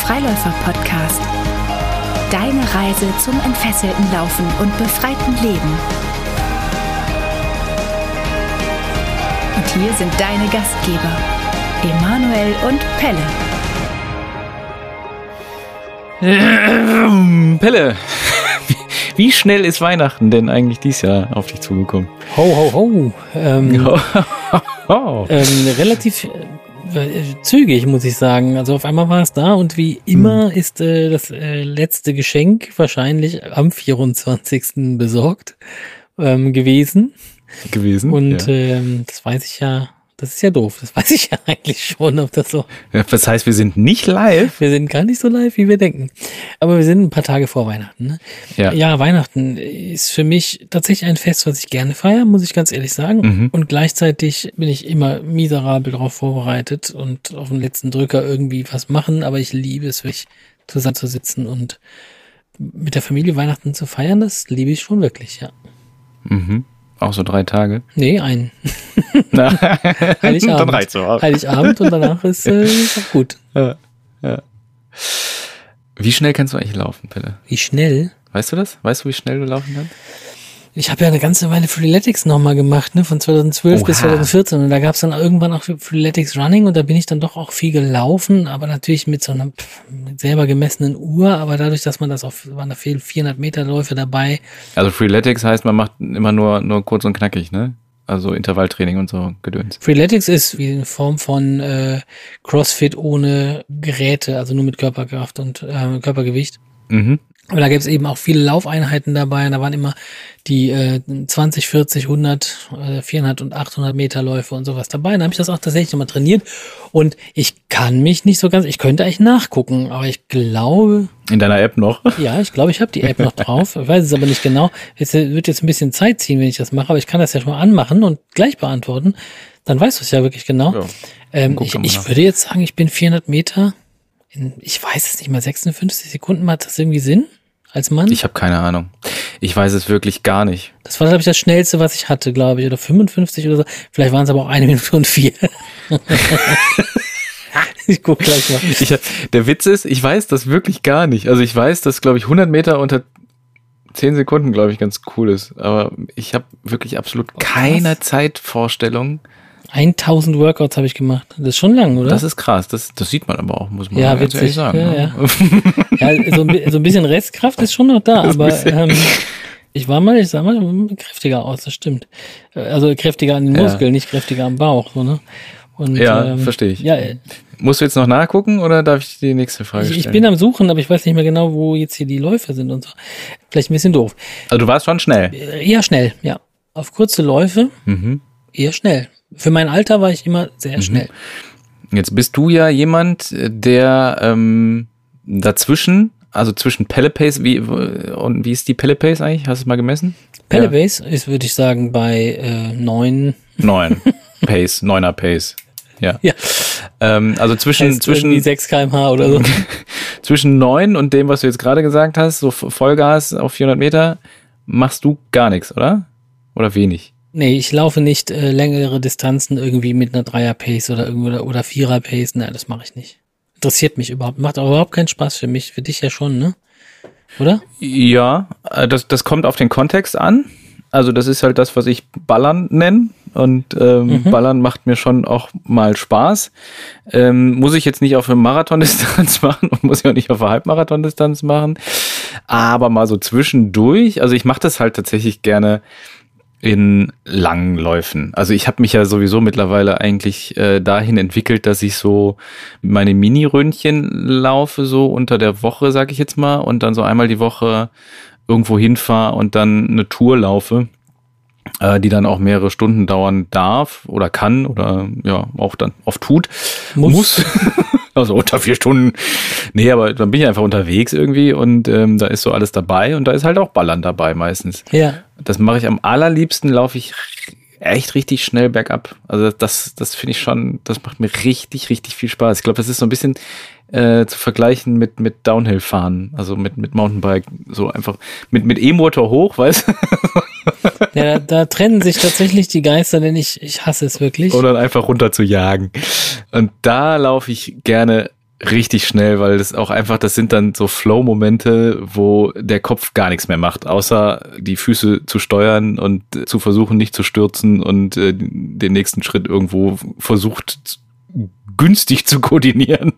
Freiläufer-Podcast. Deine Reise zum entfesselten Laufen und befreiten Leben. Und hier sind deine Gastgeber, Emanuel und Pelle. Pelle, wie schnell ist Weihnachten denn eigentlich dieses Jahr auf dich zugekommen? Ho. Relativ zügig, muss ich sagen. Also auf einmal war es da und wie immer ist das letzte Geschenk wahrscheinlich am 24. besorgt gewesen. Und das weiß ich ja, das ist ja doof. Das weiß ich ja eigentlich schon, ob das so... Ja, das heißt, wir sind nicht live? Wir sind gar nicht so live, wie wir denken. Aber wir sind ein paar Tage vor Weihnachten. Ne? Ja, Weihnachten ist für mich tatsächlich ein Fest, was ich gerne feiere, muss ich ganz ehrlich sagen. Mhm. Und gleichzeitig bin ich immer miserabel darauf vorbereitet und auf den letzten Drücker irgendwie was machen. Aber ich liebe es, wirklich zusammenzusitzen und mit der Familie Weihnachten zu feiern. Das liebe ich schon wirklich, ja. Mhm. Auch so 3 Tage? Nee, einen. Heiligabend. Dann reicht's so auch. Heiligabend und danach ist auch gut. Ja. Wie schnell kannst du eigentlich laufen, Pelle? Wie schnell? Weißt du das? Weißt du, wie schnell du laufen kannst? Ich habe ja eine ganze Weile Freeletics nochmal gemacht, ne, von 2012 bis 2014. Und da gab's dann irgendwann auch Freeletics Running und da bin ich dann doch auch viel gelaufen, aber natürlich mit so einer selber gemessenen Uhr. Aber dadurch, dass man waren da viele 400 Meter Läufe dabei. Also Freeletics heißt, man macht immer nur kurz und knackig, ne? Also Intervalltraining und so Gedöns. Freeletics ist wie eine Form von Crossfit ohne Geräte, also nur mit Körperkraft und Körpergewicht. Mhm. Aber da gibt es eben auch viele Laufeinheiten dabei und da waren immer die 20, 40, 100, 400 und 800 Meter Läufe und sowas dabei. Und da habe ich das auch tatsächlich nochmal trainiert und ich kann mich nicht so ganz, ich könnte eigentlich nachgucken, aber ich glaube... In deiner App noch? Ja, ich glaube, ich habe die App noch drauf. Ich weiß es aber nicht genau. Es wird jetzt ein bisschen Zeit ziehen, wenn ich das mache, aber ich kann das ja schon mal anmachen und gleich beantworten. Dann weißt du es ja wirklich genau. Ja, ich würde jetzt sagen, ich bin 400 Meter... Ich weiß es nicht mal, 56 Sekunden, macht das irgendwie Sinn als Mann? Ich habe keine Ahnung. Ich weiß es wirklich gar nicht. Das war, glaube ich, das Schnellste, was ich hatte, glaube ich. Oder 55 oder so. Vielleicht waren es aber auch 1 Minute und 4. Ich guck gleich mal. Der Witz ist, ich weiß das wirklich gar nicht. Also ich weiß, dass, glaube ich, 100 Meter unter 10 Sekunden, glaube ich, ganz cool ist. Aber ich habe wirklich absolut keine Zeitvorstellung. 1000 Workouts habe ich gemacht. Das ist schon lang, oder? Das ist krass. Das sieht man aber auch, muss man ganz ehrlich sagen. Ja. Ja, so ein bisschen Restkraft ist schon noch da, aber ich sag mal, kräftiger aus, das stimmt. Also kräftiger an den Muskeln, nicht kräftiger am Bauch. So, ne? Und, verstehe ich. Ja, musst du jetzt noch nachgucken oder darf ich die nächste Frage stellen? Ich bin am Suchen, aber ich weiß nicht mehr genau, wo jetzt hier die Läufe sind und so. Vielleicht ein bisschen doof. Also du warst schon schnell? Eher schnell, ja. Auf kurze Läufe eher schnell. Für mein Alter war ich immer sehr schnell. Jetzt bist du ja jemand, der dazwischen, also zwischen Pelle Pace, wie ist die Pelle Pace eigentlich? Hast du es mal gemessen? Pelle Pace ist, würde ich sagen, bei 9. 9 Pace, 9er Pace. Ja. Also zwischen 6 km/h oder so. Zwischen 9 und dem, was du jetzt gerade gesagt hast, so Vollgas auf 400 Meter, machst du gar nichts, oder? Oder wenig? Nee, ich laufe nicht längere Distanzen irgendwie mit einer 3er-Pace oder 4er-Pace. Nein, das mache ich nicht. Interessiert mich überhaupt. Macht auch überhaupt keinen Spaß für mich. Für dich ja schon, ne? Oder? Ja, das kommt auf den Kontext an. Also das ist halt das, was ich Ballern nenne. Und Ballern macht mir schon auch mal Spaß. Muss ich jetzt nicht auf eine Marathondistanz machen und muss ich auch nicht auf eine Halbmarathondistanz machen. Aber mal so zwischendurch. Also ich mache das halt tatsächlich gerne in langen Läufen. Also ich habe mich ja sowieso mittlerweile eigentlich dahin entwickelt, dass ich so meine Mini-Röntchen laufe, so unter der Woche, sag ich jetzt mal, und dann so einmal die Woche irgendwo hinfahre und dann eine Tour laufe, die dann auch mehrere Stunden dauern darf oder kann oder ja auch dann oft tut. Muss. Also unter 4 Stunden. Nee, aber dann bin ich einfach unterwegs irgendwie und da ist so alles dabei und da ist halt auch Ballern dabei meistens. Ja. Das mache ich am allerliebsten, laufe ich echt richtig schnell bergab. Also das finde ich schon, das macht mir richtig, richtig viel Spaß. Ich glaube, das ist so ein bisschen zu vergleichen mit Downhill-Fahren, also mit Mountainbike, so einfach mit E-Motor hoch, weißt du? Ja, da trennen sich tatsächlich die Geister, denn ich hasse es wirklich. Und dann einfach runter zu jagen. Und da laufe ich gerne richtig schnell, weil das auch einfach, das sind dann so Flow-Momente, wo der Kopf gar nichts mehr macht, außer die Füße zu steuern und zu versuchen, nicht zu stürzen und den nächsten Schritt irgendwo versucht, günstig zu koordinieren.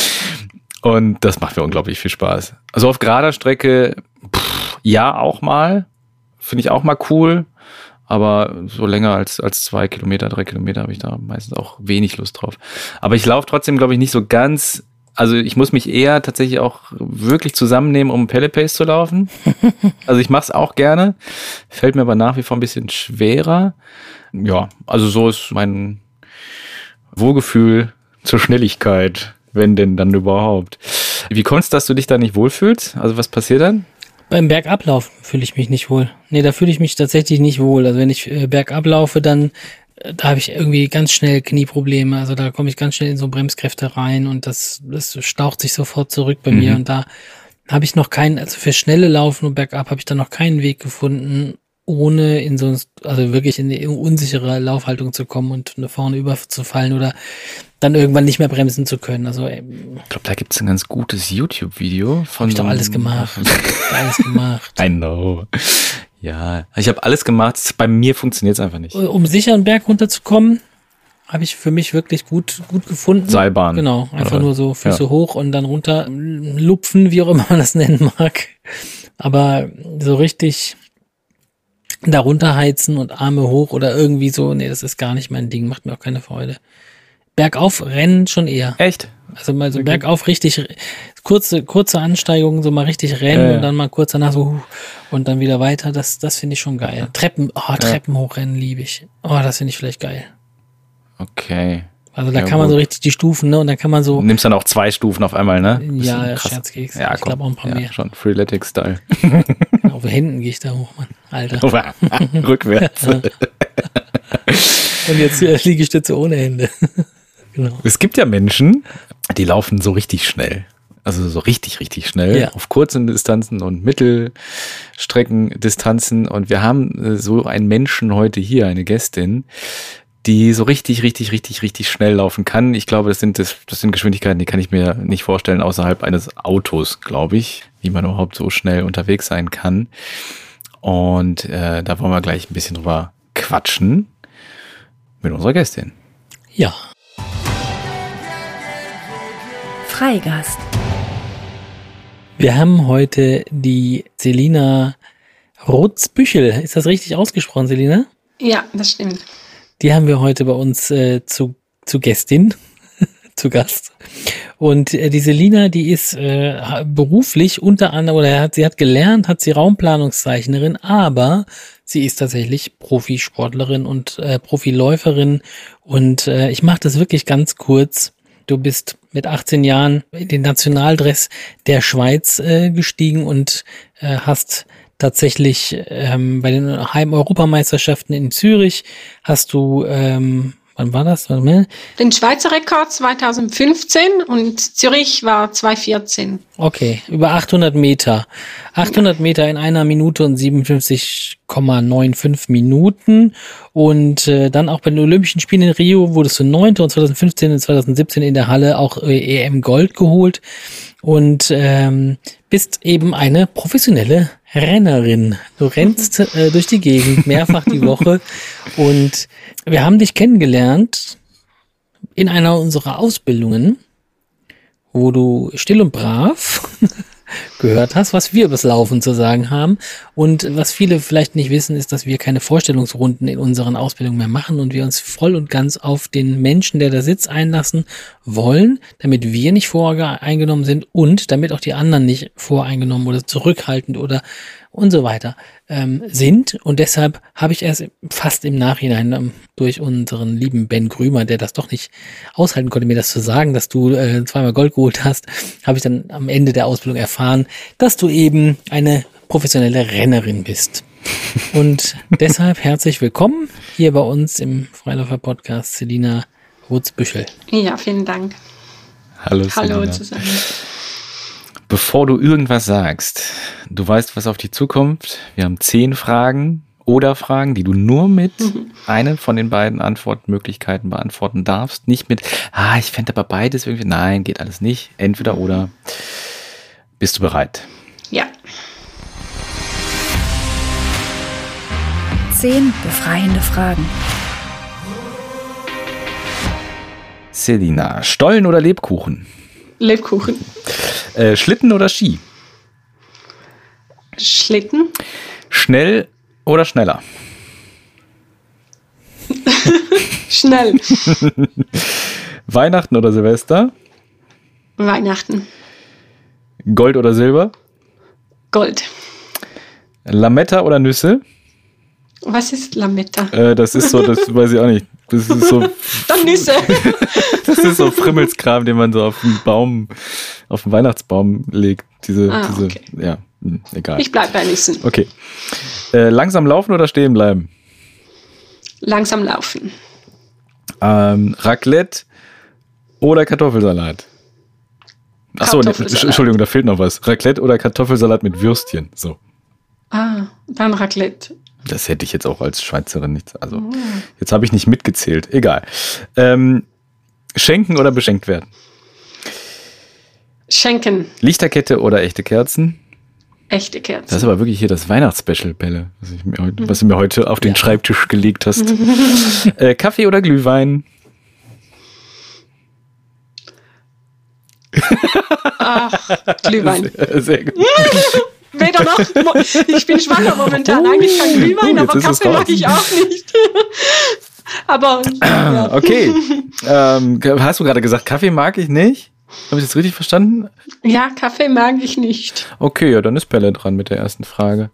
Und das macht mir unglaublich viel Spaß. Also auf gerader Strecke, ja, auch mal. Finde ich auch mal cool. Aber so länger als 2 Kilometer, 3 Kilometer habe ich da meistens auch wenig Lust drauf. Aber ich laufe trotzdem, glaube ich, nicht so ganz. Also ich muss mich eher tatsächlich auch wirklich zusammennehmen, um Pelle-Pace zu laufen. Also ich mache es auch gerne. Fällt mir aber nach wie vor ein bisschen schwerer. Ja, also so ist mein Wohlgefühl zur Schnelligkeit, wenn denn dann überhaupt. Wie kommt es, dass du dich da nicht wohlfühlst? Also was passiert dann? Beim Bergablaufen fühle ich mich nicht wohl. Nee, da fühle ich mich tatsächlich nicht wohl. Also wenn ich bergab laufe, dann da habe ich irgendwie ganz schnell Knieprobleme. Also da komme ich ganz schnell in so Bremskräfte rein und das staucht sich sofort zurück bei mir. Und da habe ich noch keinen, also für schnelle Laufen und bergab habe ich da noch keinen Weg gefunden, ohne in so, also wirklich in eine unsichere Laufhaltung zu kommen und vorne überzufallen oder dann irgendwann nicht mehr bremsen zu können. Also ich glaube, da gibt es ein ganz gutes YouTube-Video von. Hab ich doch alles gemacht. Alles gemacht. I know. Ja, ich habe alles gemacht. Bei mir funktioniert es einfach nicht. Um sicher einen Berg runterzukommen, habe ich für mich wirklich gut gefunden. Seilbahn. Genau, einfach nur so Füße hoch und dann runter lupfen, wie auch immer man das nennen mag. Aber so richtig da runterheizen und Arme hoch oder irgendwie so, nee, das ist gar nicht mein Ding, macht mir auch keine Freude. Bergauf rennen schon eher. Echt? Also mal so bergauf richtig kurze Ansteigungen, so mal richtig rennen und dann mal kurz danach so und dann wieder weiter, das finde ich schon geil. Treppen hochrennen liebe ich. Oh, das finde ich vielleicht geil. Okay. Also da kann man so richtig die Stufen, ne? Und dann kann man so. Du nimmst dann auch 2 Stufen auf einmal, ne? Ja, Scherzkeks. Ja, ich glaube auch ein paar mehr. Schon Freeletics-Style. Auf Händen gehe ich da hoch, Mann. Alter. Rückwärts. Und jetzt Liegestütze ohne Hände. Genau. Es gibt ja Menschen, die laufen so richtig schnell. Also so richtig, richtig schnell. Ja. Auf kurzen Distanzen und Mittelstreckendistanzen. Und wir haben so einen Menschen heute hier, eine Gästin, die so richtig, richtig, richtig, richtig schnell laufen kann. Ich glaube, das sind Geschwindigkeiten, die kann ich mir nicht vorstellen außerhalb eines Autos, glaube ich, wie man überhaupt so schnell unterwegs sein kann. Und da wollen wir gleich ein bisschen drüber quatschen mit unserer Gästin. Ja. Freigast. Wir haben heute die Selina Rutzbüchel. Ist das richtig ausgesprochen, Selina? Ja, das stimmt. Die haben wir heute bei uns zu Gästin, zu Gast. Und die Selina, die ist beruflich unter anderem, sie hat gelernt, hat sie Raumplanungszeichnerin, aber sie ist tatsächlich Profisportlerin und Profiläuferin. Und ich mache das wirklich ganz kurz. Du bist mit 18 Jahren in den Nationaldress der Schweiz gestiegen und hast tatsächlich bei den Heim-Europameisterschaften in Zürich hast du, wann war das? Den Schweizer Rekord 2015 und Zürich war 2014. Okay, über 800 Meter. 800 Meter in 1 Minute und 57,95 Minuten. Und dann auch bei den Olympischen Spielen in Rio wurdest du 9. und 2015 und 2017 in der Halle auch EM Gold geholt. Und bist eben eine professionelle Rennerin. Du rennst durch die Gegend mehrfach die Woche und wir haben dich kennengelernt in einer unserer Ausbildungen, wo du still und brav gehört hast, was wir über das Laufen zu sagen haben. Und was viele vielleicht nicht wissen, ist, dass wir keine Vorstellungsrunden in unseren Ausbildungen mehr machen und wir uns voll und ganz auf den Menschen, der da sitzt, einlassen wollen, damit wir nicht voreingenommen sind und damit auch die anderen nicht voreingenommen oder zurückhaltend oder und so weiter sind. Und deshalb habe ich erst fast im Nachhinein durch unseren lieben Ben Grümer, der das doch nicht aushalten konnte, mir das zu sagen, dass du 2-mal Gold geholt hast, habe ich dann am Ende der Ausbildung erfahren, dass du eben eine professionelle Rennerin bist. Und deshalb herzlich willkommen hier bei uns im Freiläufer-Podcast, Selina Rutzbüchel. Ja, vielen Dank. Hallo Selina. Zusammen. Bevor du irgendwas sagst, du weißt, was auf dich zukommt. Wir haben 10 Fragen Entweder-oder-Fragen, die du nur mit einer von den beiden Antwortmöglichkeiten beantworten darfst. Nicht mit, ich fände aber beides irgendwie. Nein, geht alles nicht. Entweder-oder. Bist du bereit? Ja. 10 befreiende Fragen. Selina, Stollen oder Lebkuchen? Lebkuchen. Schlitten oder Ski? Schlitten. Schnell oder schneller? Schnell. Weihnachten oder Silvester? Weihnachten. Gold oder Silber? Gold. Lametta oder Nüsse? Was ist Lametta? Das ist so, das weiß ich auch nicht. Das ist so. Dann Nüsse. Das ist so Frimmelskram, den man so auf den Baum, auf den Weihnachtsbaum legt. Okay. Ja, egal. Ich bleib bei Nüssen. Okay. Langsam laufen oder stehen bleiben? Langsam laufen. Raclette oder Kartoffelsalat? Achso, Entschuldigung, da fehlt noch was. Raclette oder Kartoffelsalat mit Würstchen? So. Dann Raclette. Das hätte ich jetzt auch als Schweizerin nicht. Also, jetzt habe ich nicht mitgezählt. Egal. Schenken oder beschenkt werden? Schenken. Lichterkette oder echte Kerzen? Echte Kerzen. Das ist aber wirklich hier das Weihnachtsspecial, Bälle, was du mir heute auf den Schreibtisch gelegt hast. Kaffee oder Glühwein? Glühwein. Sehr gut. Weder noch. Ich bin schwanger momentan. Eigentlich kein Glühwein, aber Kaffee mag ich auch nicht. Aber. Ja. Okay. Hast du gerade gesagt, Kaffee mag ich nicht? Habe ich das richtig verstanden? Ja, Kaffee mag ich nicht. Okay, ja, dann ist Pelle dran mit der ersten Frage.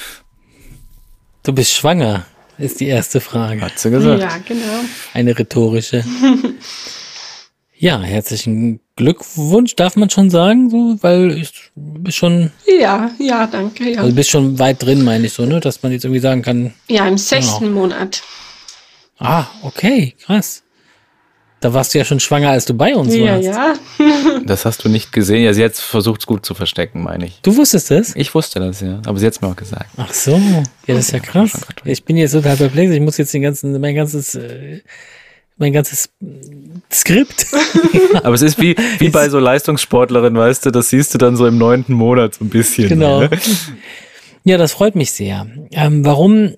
Du bist schwanger, ist die erste Frage. Hat sie gesagt. Ja, genau. Eine rhetorische. Ja, herzlichen Glückwunsch, darf man schon sagen, so, weil du bist schon. Ja, danke. Ja, also bist schon weit drin, meine ich so, ne, dass man jetzt irgendwie sagen kann. Ja, im 6. Monat. Okay, krass. Da warst du ja schon schwanger, als du bei uns warst. Ja. Das hast du nicht gesehen. Ja, sie hat versucht, es gut zu verstecken, meine ich. Du wusstest das? Ich wusste das, ja. Aber sie hat es mir auch gesagt. Ach so. Ja, das ist ja krass. Ich bin jetzt total perplex. Ich muss jetzt mein ganzes Skript. Aber es ist wie bei so Leistungssportlerinnen, weißt du, das siehst du dann so im 9. Monat so ein bisschen. Genau. Ne? Ja, das freut mich sehr. Warum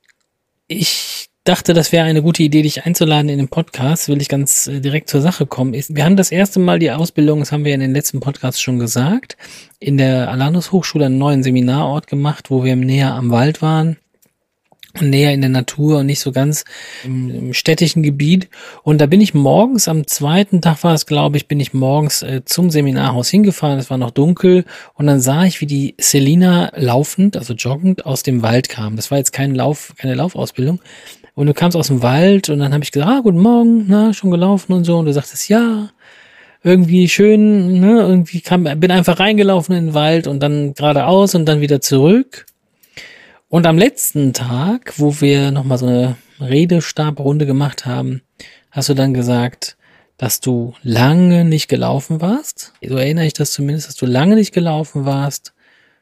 ich dachte, das wäre eine gute Idee, dich einzuladen in den Podcast, will ich ganz direkt zur Sache kommen. Wir haben das erste Mal die Ausbildung, das haben wir in den letzten Podcasts schon gesagt, in der Alanus Hochschule einen neuen Seminarort gemacht, wo wir näher am Wald waren. Näher in der Natur und nicht so ganz im städtischen Gebiet. Und da bin ich morgens, am 2. Tag war es, glaube ich, bin ich morgens zum Seminarhaus hingefahren. Es war noch dunkel und dann sah ich, wie die Selina laufend, also joggend, aus dem Wald kam. Das war jetzt keine Laufausbildung. Und du kamst aus dem Wald und dann habe ich gesagt, guten Morgen, schon gelaufen und so. Und du sagtest, ja, irgendwie schön, ne, irgendwie bin einfach reingelaufen in den Wald und dann geradeaus und dann wieder zurück. Und am letzten Tag, wo wir nochmal so eine Redestabrunde gemacht haben, hast du dann gesagt, dass du lange nicht gelaufen warst. So erinnere ich das zumindest, dass du lange nicht gelaufen warst,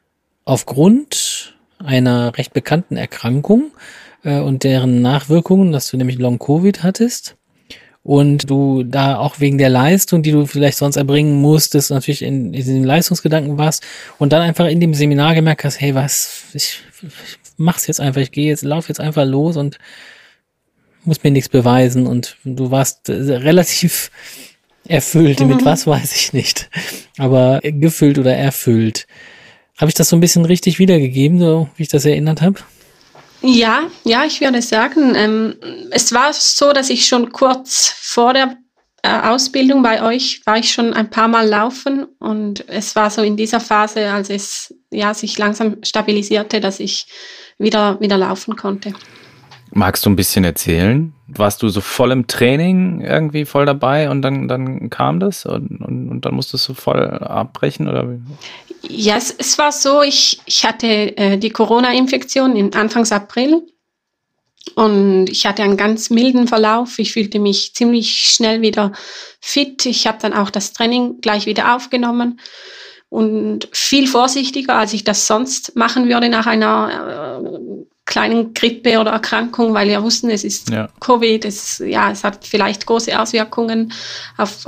aufgrund einer recht bekannten Erkrankung und deren Nachwirkungen, dass du nämlich Long-Covid hattest. Und du da auch wegen der Leistung, die du vielleicht sonst erbringen musstest, natürlich in den Leistungsgedanken warst und dann einfach in dem Seminar gemerkt hast, hey, ich mach's jetzt einfach, laufe jetzt einfach los und muss mir nichts beweisen und du warst relativ erfüllt, mit was weiß ich nicht, aber gefüllt oder erfüllt. Habe ich das so ein bisschen richtig wiedergegeben, so wie ich das erinnert habe? Ja, ich würde sagen, es war so, dass ich schon kurz vor der Ausbildung bei euch war ich schon ein paar Mal laufen und es war so in dieser Phase, als es sich langsam stabilisierte, dass ich wieder laufen konnte. Magst du ein bisschen erzählen? Warst du so voll im Training irgendwie voll dabei und dann kam das und dann musstest du voll abbrechen oder? Ja, es war so, ich hatte die Corona-Infektion Anfangs April und ich hatte einen ganz milden Verlauf. Ich fühlte mich ziemlich schnell wieder fit. Ich habe dann auch das Training gleich wieder aufgenommen und viel vorsichtiger, als ich das sonst machen würde nach einer kleinen Grippe oder Erkrankung, weil wir wussten, es ist Covid, es hat vielleicht große Auswirkungen auf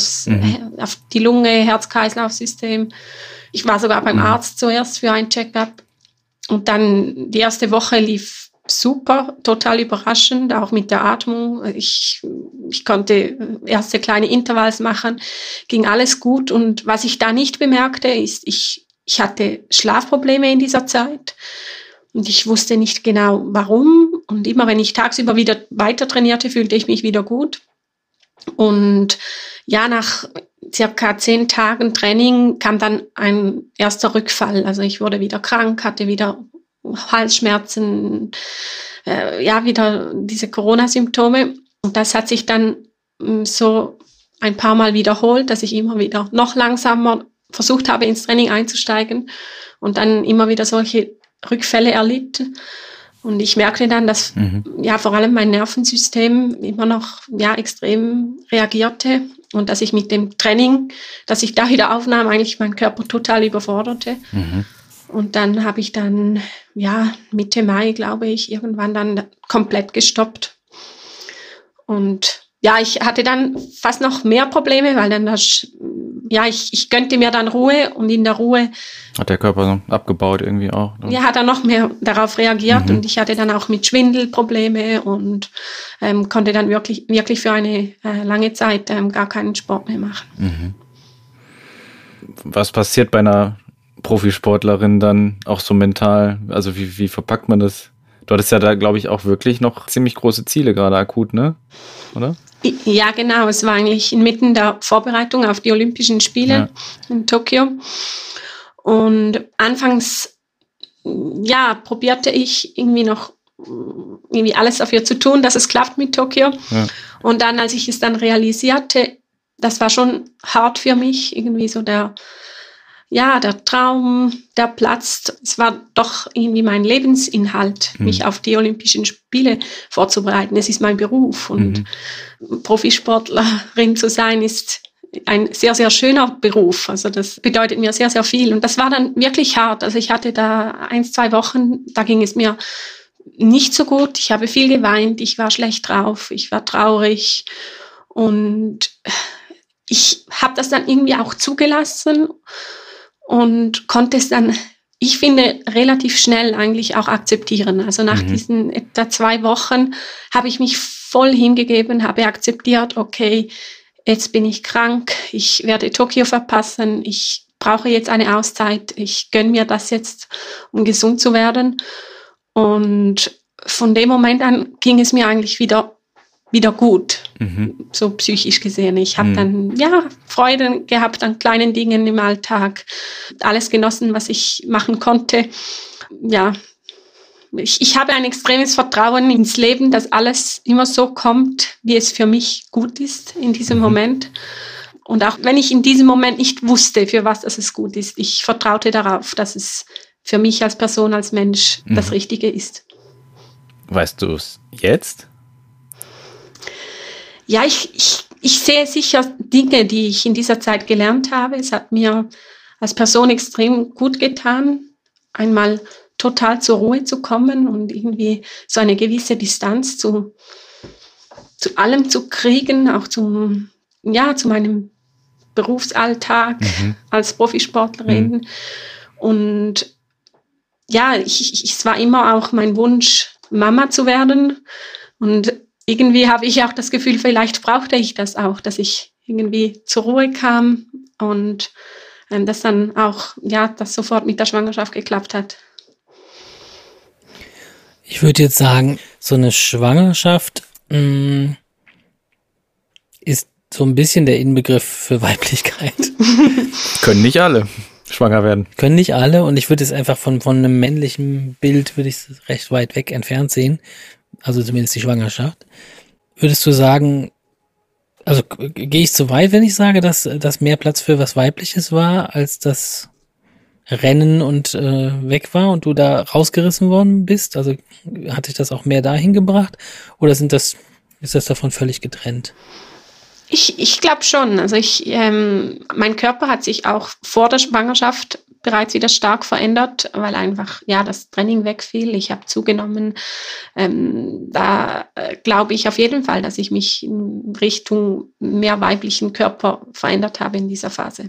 die Lunge, Herz-Kreislauf-System. Ich war sogar beim Arzt zuerst für ein Check-up. Und dann die erste Woche lief super, total überraschend, auch mit der Atmung. Ich konnte erste kleine Intervalls machen, ging alles gut. Und was ich da nicht bemerkte, ist, ich hatte Schlafprobleme in dieser Zeit. Und ich wusste nicht genau, warum. Und immer, wenn ich tagsüber wieder weiter trainierte, fühlte ich mich wieder gut. Und ja, nach circa 10 Tagen Training kam dann ein erster Rückfall. Also ich wurde wieder krank, hatte wieder Halsschmerzen, wieder diese Corona-Symptome. Und das hat sich dann so ein paar Mal wiederholt, dass ich immer wieder noch langsamer versucht habe, ins Training einzusteigen und dann immer wieder solche Rückfälle erlitt. Und ich merkte dann, dass vor allem mein Nervensystem immer noch extrem reagierte und dass ich mit dem Training, das ich da wieder aufnahm, eigentlich meinen Körper total überforderte. Und dann habe ich dann, Mitte Mai, glaube ich, irgendwann dann komplett gestoppt. Und ich hatte dann fast noch mehr Probleme, weil dann ich gönnte mir dann Ruhe und in der Ruhe hat der Körper so abgebaut irgendwie auch. Ja, hat er noch mehr darauf reagiert und ich hatte dann auch mit Schwindel Probleme und konnte dann wirklich für eine lange Zeit gar keinen Sport mehr machen. Was passiert bei einer Profisportlerin dann auch so mental? Also wie verpackt man das? Du hattest ja da, glaube ich, auch wirklich noch ziemlich große Ziele gerade akut, ne? Oder? Ja, genau. Es war eigentlich inmitten der Vorbereitung auf die Olympischen Spiele in Tokio. Und anfangs, probierte ich irgendwie alles dafür zu tun, dass es klappt mit Tokio. Ja. Und dann, als ich es dann realisierte, das war schon hart für mich, irgendwie so der Traum, der platzt. Es war doch irgendwie mein Lebensinhalt, mich auf die Olympischen Spiele vorzubereiten. Es ist mein Beruf und Profisportlerin zu sein ist ein sehr, sehr schöner Beruf. Also das bedeutet mir sehr, sehr viel. Und das war dann wirklich hart. Also ich hatte da 1-2 Wochen, da ging es mir nicht so gut. Ich habe viel geweint, ich war schlecht drauf, ich war traurig. Und ich habe das dann irgendwie auch zugelassen und konnte es dann, ich finde, relativ schnell eigentlich auch akzeptieren. Also nach diesen etwa 2 Wochen habe ich mich voll hingegeben, habe akzeptiert, okay, jetzt bin ich krank, ich werde Tokio verpassen, ich brauche jetzt eine Auszeit, ich gönne mir das jetzt, um gesund zu werden. Und von dem Moment an ging es mir eigentlich wieder gut, so psychisch gesehen. Ich habe dann Freude gehabt an kleinen Dingen im Alltag, alles genossen, was ich machen konnte. Ja, ich habe ein extremes Vertrauen ins Leben, dass alles immer so kommt, wie es für mich gut ist in diesem Moment. Und auch wenn ich in diesem Moment nicht wusste, für was es gut ist, ich vertraute darauf, dass es für mich als Person, als Mensch das Richtige ist. Weißt du es jetzt? Ja, ich sehe sicher Dinge, die ich in dieser Zeit gelernt habe. Es hat mir als Person extrem gut getan, einmal total zur Ruhe zu kommen und irgendwie so eine gewisse Distanz zu allem zu kriegen, auch zu meinem Berufsalltag als Profisportlerin. Und es war immer auch mein Wunsch, Mama zu werden. Und irgendwie habe ich auch das Gefühl, vielleicht brauchte ich das auch, dass ich irgendwie zur Ruhe kam und dass dann auch, das sofort mit der Schwangerschaft geklappt hat. Ich würde jetzt sagen, so eine Schwangerschaft ist so ein bisschen der Inbegriff für Weiblichkeit. Können nicht alle schwanger werden. Können nicht alle und ich würde es einfach von einem männlichen Bild, würde ich es recht weit weg entfernt sehen. Also zumindest die Schwangerschaft. Würdest du sagen, also gehe ich zu weit, wenn ich sage, dass mehr Platz für was Weibliches war, als das Rennen und weg war und du da rausgerissen worden bist? Also hat dich das auch mehr dahin gebracht oder ist das davon völlig getrennt? Ich glaube schon. Also mein Körper hat sich auch vor der Schwangerschaft bereits wieder stark verändert, weil einfach das Training wegfiel. Ich habe zugenommen. Da glaube ich auf jeden Fall, dass ich mich in Richtung mehr weiblichen Körper verändert habe in dieser Phase.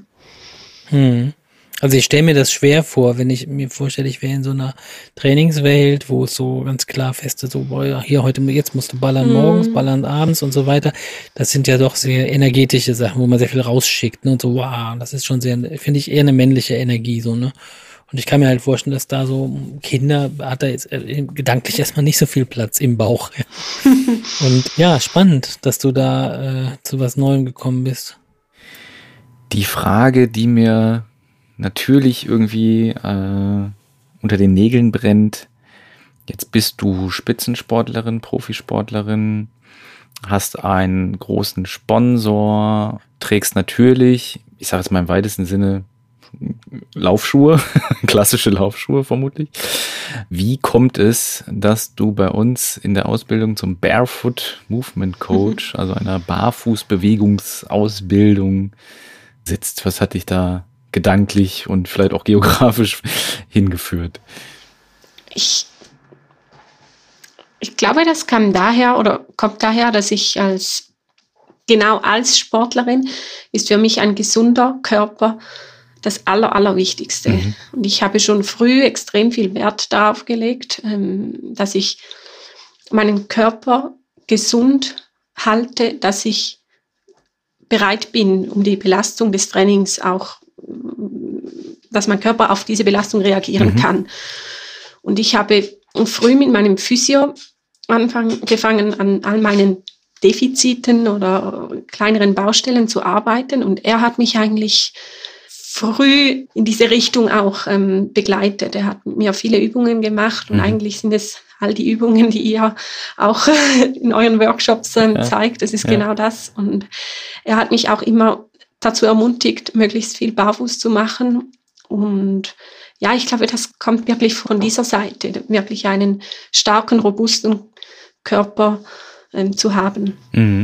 Also ich stelle mir das schwer vor, wenn ich mir vorstelle, ich wäre in so einer Trainingswelt, wo es so ganz klar feste, so hier jetzt musst du ballern morgens, ballern abends und so weiter. Das sind ja doch sehr energetische Sachen, wo man sehr viel rausschickt, ne? Und so, wow, das ist schon sehr, finde ich, eher eine männliche Energie, so, ne? Und ich kann mir halt vorstellen, dass da so Kinder, hat da jetzt gedanklich erstmal nicht so viel Platz im Bauch. Und ja, spannend, dass du da zu was Neuem gekommen bist. Die Frage, die mir natürlich irgendwie unter den Nägeln brennt. Jetzt bist du Spitzensportlerin, Profisportlerin, hast einen großen Sponsor, trägst natürlich, ich sage jetzt mal im weitesten Sinne, Laufschuhe, klassische Laufschuhe vermutlich. Wie kommt es, dass du bei uns in der Ausbildung zum Barefoot Movement Coach, also einer Barfußbewegungsausbildung sitzt? Was hat dich da gedanklich und vielleicht auch geografisch hingeführt? Ich glaube, das kommt daher, dass ich als Sportlerin ist für mich ein gesunder Körper das Allerwichtigste. Und ich habe schon früh extrem viel Wert darauf gelegt, dass ich meinen Körper gesund halte, dass ich bereit bin, um die Belastung des Trainings auch, dass mein Körper auf diese Belastung reagieren kann. Und ich habe früh mit meinem Physio angefangen, an all meinen Defiziten oder kleineren Baustellen zu arbeiten. Und er hat mich eigentlich früh in diese Richtung auch begleitet. Er hat mit mir viele Übungen gemacht und eigentlich sind es all die Übungen, die ihr auch in euren Workshops zeigt. Das ist genau das. Und er hat mich auch immer dazu ermutigt, möglichst viel barfuß zu machen. Und ja, ich glaube, das kommt wirklich von dieser Seite, wirklich einen starken, robusten Körper zu haben.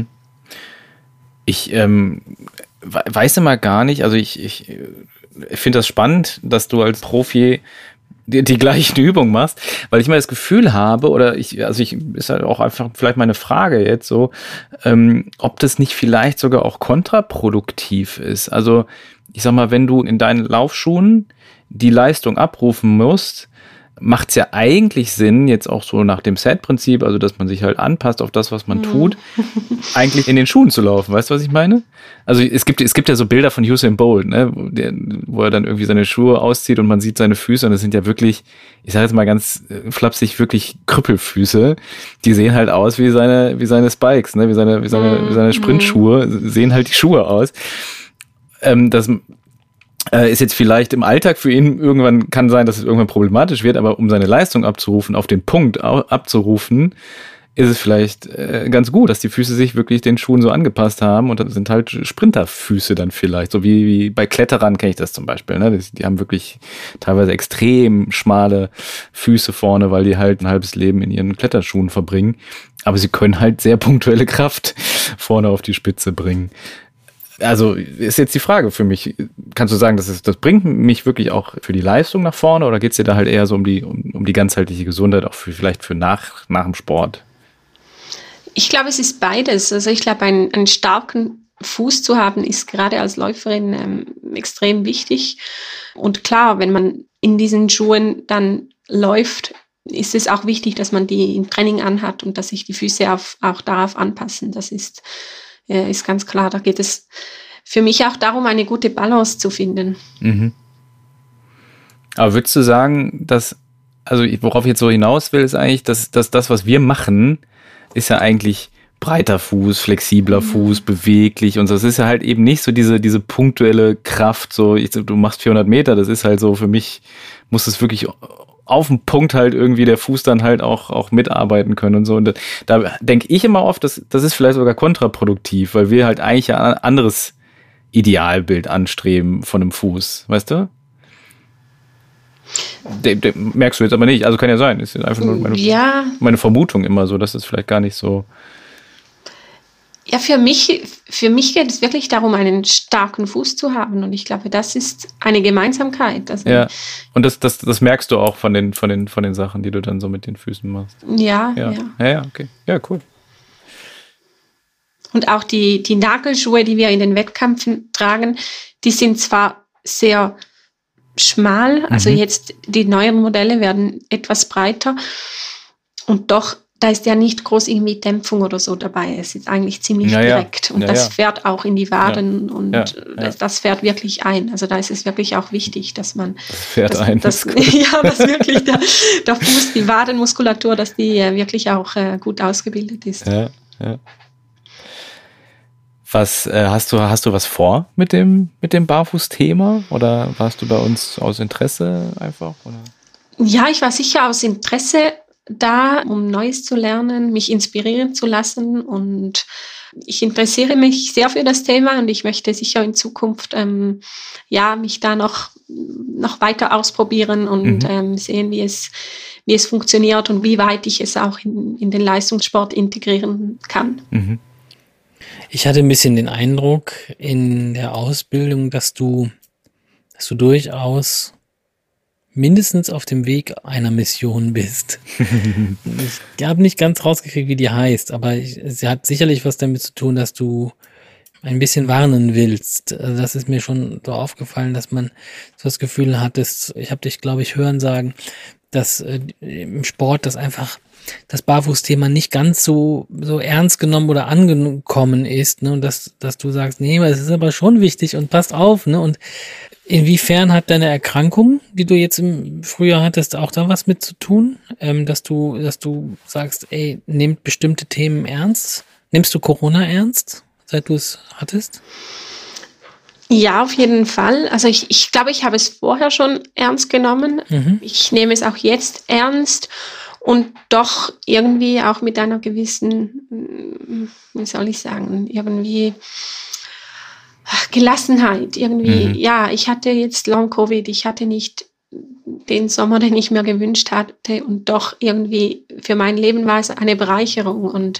Ich weiß immer gar nicht, also ich finde das spannend, dass du als Profi die gleichen Übungen machst, weil ich immer das Gefühl habe, ist halt auch einfach vielleicht meine Frage jetzt so, ob das nicht vielleicht sogar auch kontraproduktiv ist. Also ich sag mal, wenn du in deinen Laufschuhen die Leistung abrufen musst, macht es ja eigentlich Sinn, jetzt auch so nach dem Set-Prinzip, also dass man sich halt anpasst auf das, was man tut, eigentlich in den Schuhen zu laufen. Weißt du, was ich meine? Also es gibt ja so Bilder von Usain Bolt, ne, wo er dann irgendwie seine Schuhe auszieht und man sieht seine Füße und das sind ja wirklich, ich sage jetzt mal ganz flapsig, wirklich Krüppelfüße. Die sehen halt aus wie seine Spikes, ne, wie seine Sprintschuhe, sehen halt die Schuhe aus. Das ist jetzt vielleicht im Alltag für ihn irgendwann, kann sein, dass es irgendwann problematisch wird, aber um seine Leistung abzurufen, auf den Punkt abzurufen, ist es vielleicht ganz gut, dass die Füße sich wirklich den Schuhen so angepasst haben und das sind halt Sprinterfüße dann vielleicht, so wie bei Kletterern kenne ich das zum Beispiel, ne? Die haben wirklich teilweise extrem schmale Füße vorne, weil die halt ein halbes Leben in ihren Kletterschuhen verbringen, aber sie können halt sehr punktuelle Kraft vorne auf die Spitze bringen. Also ist jetzt die Frage für mich, kannst du sagen, das bringt mich wirklich auch für die Leistung nach vorne oder geht es dir da halt eher so um die ganzheitliche Gesundheit, auch vielleicht für nach dem Sport? Ich glaube, es ist beides. Also ich glaube, einen starken Fuß zu haben, ist gerade als Läuferin extrem wichtig. Und klar, wenn man in diesen Schuhen dann läuft, ist es auch wichtig, dass man die im Training anhat und dass sich die Füße auch darauf anpassen. Das ist ganz klar. Da geht es für mich auch darum, eine gute Balance zu finden. Aber würdest du sagen, also worauf ich jetzt so hinaus will, ist eigentlich, dass das, was wir machen, ist ja eigentlich breiter Fuß, flexibler Fuß, beweglich und so. Das ist ja halt eben nicht so diese punktuelle Kraft, so du machst 400 Meter, das ist halt so, für mich muss es wirklich auf den Punkt halt irgendwie der Fuß dann halt auch mitarbeiten können und so. Und da denke ich immer oft, das ist vielleicht sogar kontraproduktiv, weil wir halt eigentlich ja ein anderes Idealbild anstreben von einem Fuß, weißt du? Merkst du jetzt aber nicht, also kann ja sein, ist einfach nur meine Vermutung immer so, dass es vielleicht gar nicht so... Ja, für mich geht es wirklich darum, einen starken Fuß zu haben. Und ich glaube, das ist eine Gemeinsamkeit. Also, ja, und das merkst du auch von den Sachen, die du dann so mit den Füßen machst. Ja, okay. Ja, cool. Und auch die Nagelschuhe, die wir in den Wettkämpfen tragen, die sind zwar sehr schmal, also jetzt die neuen Modelle werden etwas breiter und doch, da ist ja nicht groß irgendwie Dämpfung oder so dabei. Es ist eigentlich ziemlich direkt und das fährt auch in die Waden und das fährt wirklich ein. Also da ist es wirklich auch wichtig, dass man dass wirklich der Fuß, die Wadenmuskulatur, dass die wirklich auch gut ausgebildet ist. Ja. Was hast du was vor mit dem Barfuß-Thema oder warst du bei uns aus Interesse einfach? Oder? Ja, ich war sicher aus Interesse da, um Neues zu lernen, mich inspirieren zu lassen und ich interessiere mich sehr für das Thema und ich möchte sicher in Zukunft mich da noch weiter ausprobieren und sehen, wie es funktioniert und wie weit ich es auch in den Leistungssport integrieren kann. Mhm. Ich hatte ein bisschen den Eindruck in der Ausbildung, dass du durchaus mindestens auf dem Weg einer Mission bist. Ich habe nicht ganz rausgekriegt, wie die heißt, aber sie hat sicherlich was damit zu tun, dass du ein bisschen warnen willst. Also das ist mir schon so aufgefallen, dass man so das Gefühl hat, ich habe dich, glaube ich, hören sagen, dass im Sport das einfach das Barfußthema nicht ganz so ernst genommen oder angekommen ist, ne, und dass du sagst, nee, es ist aber schon wichtig und passt auf, ne, und inwiefern hat deine Erkrankung, die du jetzt im Frühjahr hattest, auch da was mit zu tun, dass du sagst, ey, nehmt bestimmte Themen ernst? Nimmst du Corona ernst, seit du es hattest? Ja, auf jeden Fall. Also ich glaube, ich habe es vorher schon ernst genommen. Ich nehme es auch jetzt ernst. Und doch irgendwie auch mit einer gewissen, wie soll ich sagen, irgendwie Gelassenheit. Irgendwie, ich hatte jetzt Long-Covid, ich hatte nicht den Sommer, den ich mir gewünscht hatte und doch irgendwie für mein Leben war es eine Bereicherung. Und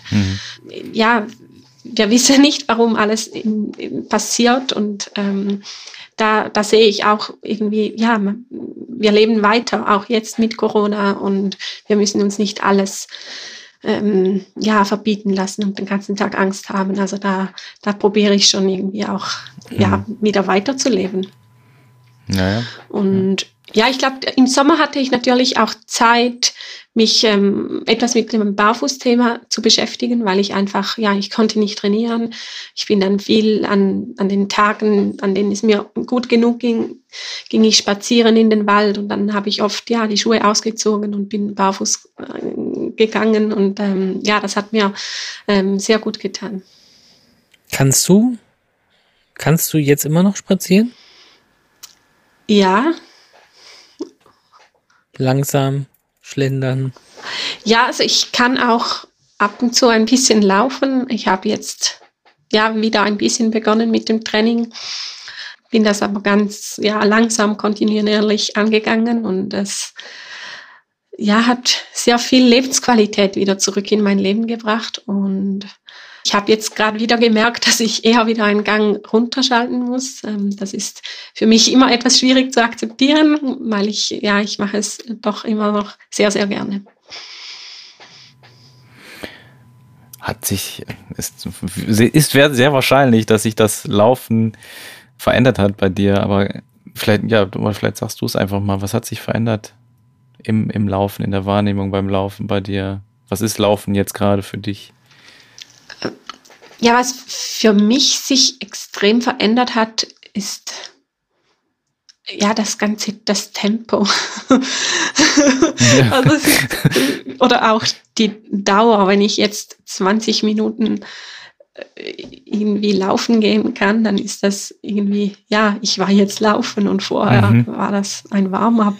wir wissen nicht, warum alles passiert und da sehe ich auch irgendwie, wir leben weiter, auch jetzt mit Corona und wir müssen uns nicht alles verbieten lassen und den ganzen Tag Angst haben. Also da probiere ich schon irgendwie auch wieder weiterzuleben. Naja. Und ich glaube, im Sommer hatte ich natürlich auch Zeit, mich etwas mit dem Barfußthema zu beschäftigen, weil ich einfach, ich konnte nicht trainieren. Ich bin dann viel an den Tagen, an denen es mir gut genug ging ich spazieren in den Wald und dann habe ich oft, die Schuhe ausgezogen und bin barfuß gegangen und das hat mir sehr gut getan. Kannst du jetzt immer noch spazieren? Ja. Langsam schlendern? Ja, also ich kann auch ab und zu ein bisschen laufen. Ich habe jetzt wieder ein bisschen begonnen mit dem Training. Bin das aber ganz langsam kontinuierlich angegangen und das hat sehr viel Lebensqualität wieder zurück in mein Leben gebracht und ich habe jetzt gerade wieder gemerkt, dass ich eher wieder einen Gang runterschalten muss. Das ist für mich immer etwas schwierig zu akzeptieren, weil ich mache es doch immer noch sehr, sehr gerne. Ist sehr wahrscheinlich, dass sich das Laufen verändert hat bei dir, aber vielleicht sagst du es einfach mal, was hat sich verändert im Laufen, in der Wahrnehmung beim Laufen bei dir? Was ist Laufen jetzt gerade für dich? Ja, was für mich sich extrem verändert hat, ist das Tempo. Also oder auch die Dauer, wenn ich jetzt 20 Minuten irgendwie laufen gehen kann, dann ist das irgendwie, ich war jetzt laufen und vorher war das ein Warm-up.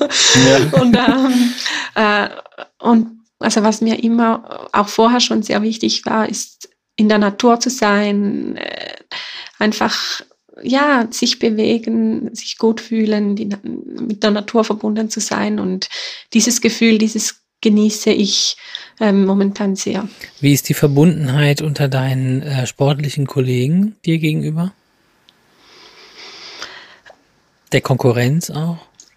Und also was mir immer auch vorher schon sehr wichtig war, ist in der Natur zu sein, einfach sich bewegen, sich gut fühlen, mit der Natur verbunden zu sein und dieses Gefühl, dieses genieße ich momentan sehr. Wie ist die Verbundenheit unter deinen sportlichen Kollegen dir gegenüber? Der Konkurrenz auch?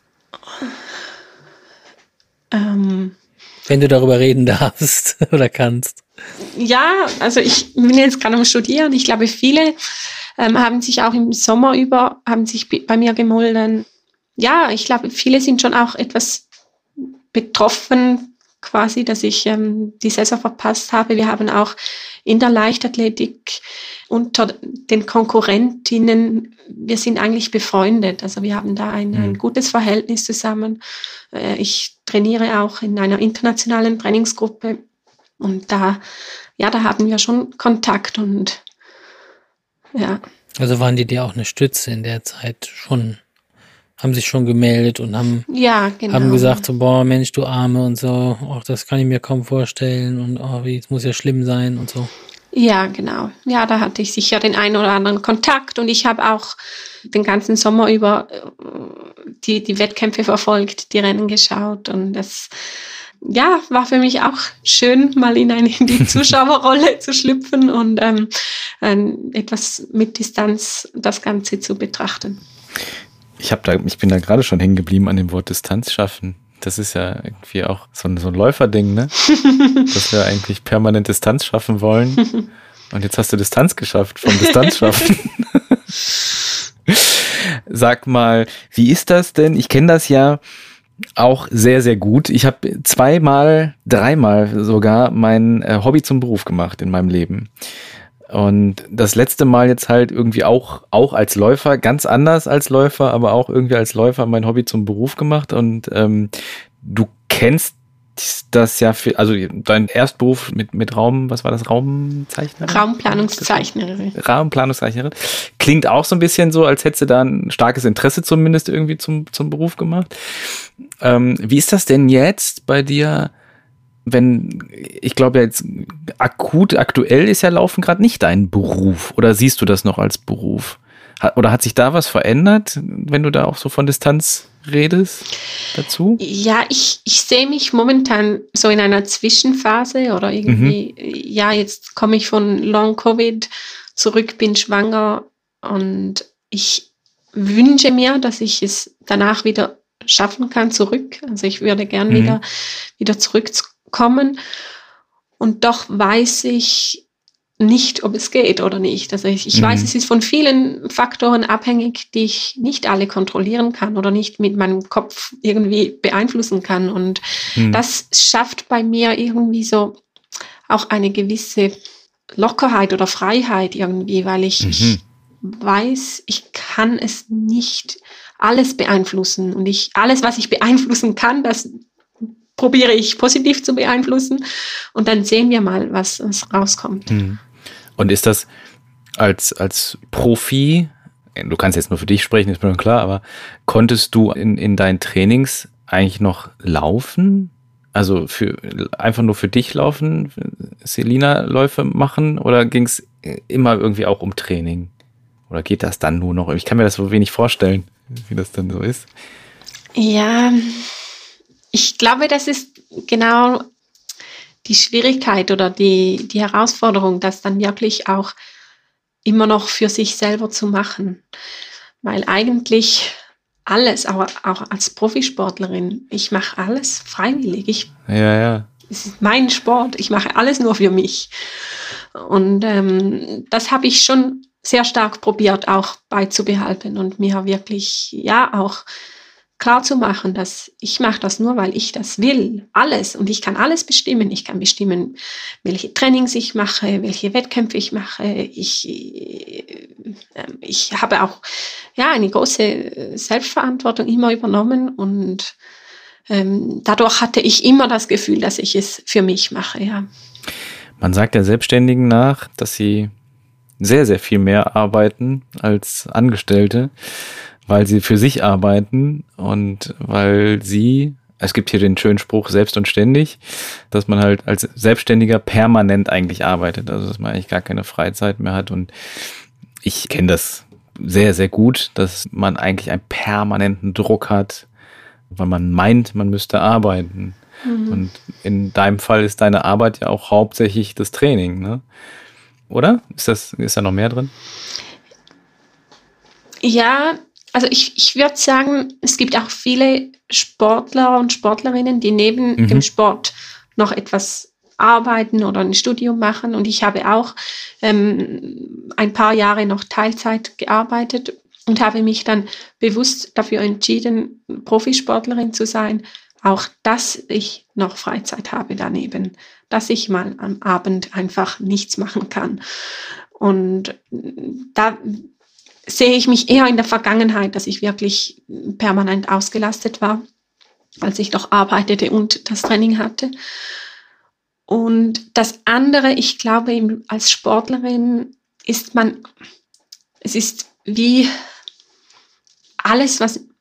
Wenn du darüber reden darfst oder kannst. Ja, also ich bin jetzt gerade am Studieren. Ich glaube, viele haben sich auch im Sommer über, haben sich bei mir gemeldet. Ja, ich glaube, viele sind schon auch etwas betroffen, quasi, dass ich die Saison verpasst habe. Wir haben auch in der Leichtathletik unter den Konkurrentinnen, wir sind eigentlich befreundet. Also wir haben da ein gutes Verhältnis zusammen. Ich trainiere auch in einer internationalen Trainingsgruppe und da haben wir schon Kontakt und ja. Also waren die dir auch eine Stütze in der Zeit schon? Haben sich schon gemeldet und haben gesagt, so, boah, Mensch, du Arme und so, auch das kann ich mir kaum vorstellen und es muss ja schlimm sein und so. Ja, genau. Ja, da hatte ich sicher den einen oder anderen Kontakt und ich habe auch den ganzen Sommer über die Wettkämpfe verfolgt, die Rennen geschaut und das war für mich auch schön, mal in die Zuschauerrolle zu schlüpfen und etwas mit Distanz das Ganze zu betrachten. Ich bin da gerade schon hängen geblieben an dem Wort Distanz schaffen. Das ist ja irgendwie auch so ein Läuferding, ne? Dass wir eigentlich permanent Distanz schaffen wollen. Und jetzt hast du Distanz geschafft vom Distanz schaffen. Sag mal, wie ist das denn? Ich kenne das ja auch sehr, sehr gut. Ich habe 3-mal sogar mein Hobby zum Beruf gemacht in meinem Leben. Und das letzte Mal jetzt halt irgendwie auch als Läufer, ganz anders als Läufer, aber auch irgendwie als Läufer mein Hobby zum Beruf gemacht. Und du kennst das ja, also dein Erstberuf mit Raum, was war das, Raumzeichnerin? Raumplanungszeichnerin. Klingt auch so ein bisschen so, als hättest du da ein starkes Interesse zumindest irgendwie zum Beruf gemacht. Wie ist das denn jetzt bei dir? Ich glaube jetzt aktuell ist ja Laufen gerade nicht dein Beruf. Oder siehst du das noch als Beruf? Oder hat sich da was verändert, wenn du da auch so von Distanz redest dazu? Ja, ich sehe mich momentan so in einer Zwischenphase oder irgendwie, jetzt komme ich von Long-Covid zurück, bin schwanger und ich wünsche mir, dass ich es danach wieder schaffen kann, zurück. Also ich würde gern wieder zurückkommen und doch weiß ich nicht, ob es geht oder nicht. Also ich weiß, es ist von vielen Faktoren abhängig, die ich nicht alle kontrollieren kann oder nicht mit meinem Kopf irgendwie beeinflussen kann. Und das schafft bei mir irgendwie so auch eine gewisse Lockerheit oder Freiheit irgendwie, weil ich weiß, ich kann es nicht alles beeinflussen. Und alles, was ich beeinflussen kann, das probiere ich positiv zu beeinflussen und dann sehen wir mal, was rauskommt. Und ist das als Profi, du kannst jetzt nur für dich sprechen, ist mir schon klar, aber konntest du in deinen Trainings eigentlich noch laufen? Also einfach nur für dich laufen, Selina-Läufe machen oder ging es immer irgendwie auch um Training? Oder geht das dann nur noch? Ich kann mir das so wenig vorstellen, wie das dann so ist. Ja, ich glaube, das ist genau die Schwierigkeit oder die Herausforderung, das dann wirklich auch immer noch für sich selber zu machen. Weil eigentlich alles, auch als Profisportlerin, ich mache alles freiwillig. Es ist mein Sport, ich mache alles nur für mich. Und das habe ich schon sehr stark probiert, auch beizubehalten und mir wirklich, auch klar zu machen, dass ich mache das nur, weil ich das will. Alles. Und ich kann alles bestimmen. Ich kann bestimmen, welche Trainings ich mache, welche Wettkämpfe ich mache. Ich habe auch eine große Selbstverantwortung immer übernommen und dadurch hatte ich immer das Gefühl, dass ich es für mich mache. Ja. Man sagt der Selbstständigen nach, dass sie sehr, sehr viel mehr arbeiten als Angestellte, weil sie für sich arbeiten und weil es gibt hier den schönen Spruch, selbst und ständig, dass man halt als Selbstständiger permanent eigentlich arbeitet, also dass man eigentlich gar keine Freizeit mehr hat und ich kenne das sehr, sehr gut, dass man eigentlich einen permanenten Druck hat, weil man meint, man müsste arbeiten. Und in deinem Fall ist deine Arbeit ja auch hauptsächlich das Training, ne? Oder? Ist da noch mehr drin? Ja, also ich würde sagen, es gibt auch viele Sportler und Sportlerinnen, die neben dem Sport noch etwas arbeiten oder ein Studium machen. Und ich habe auch ein paar Jahre noch Teilzeit gearbeitet und habe mich dann bewusst dafür entschieden, Profisportlerin zu sein. Auch, dass ich noch Freizeit habe daneben, dass ich mal am Abend einfach nichts machen kann. Und da sehe ich mich eher in der Vergangenheit, dass ich wirklich permanent ausgelastet war, als ich noch arbeitete und das Training hatte. Und das andere, ich glaube, als Sportlerin es ist wie alles,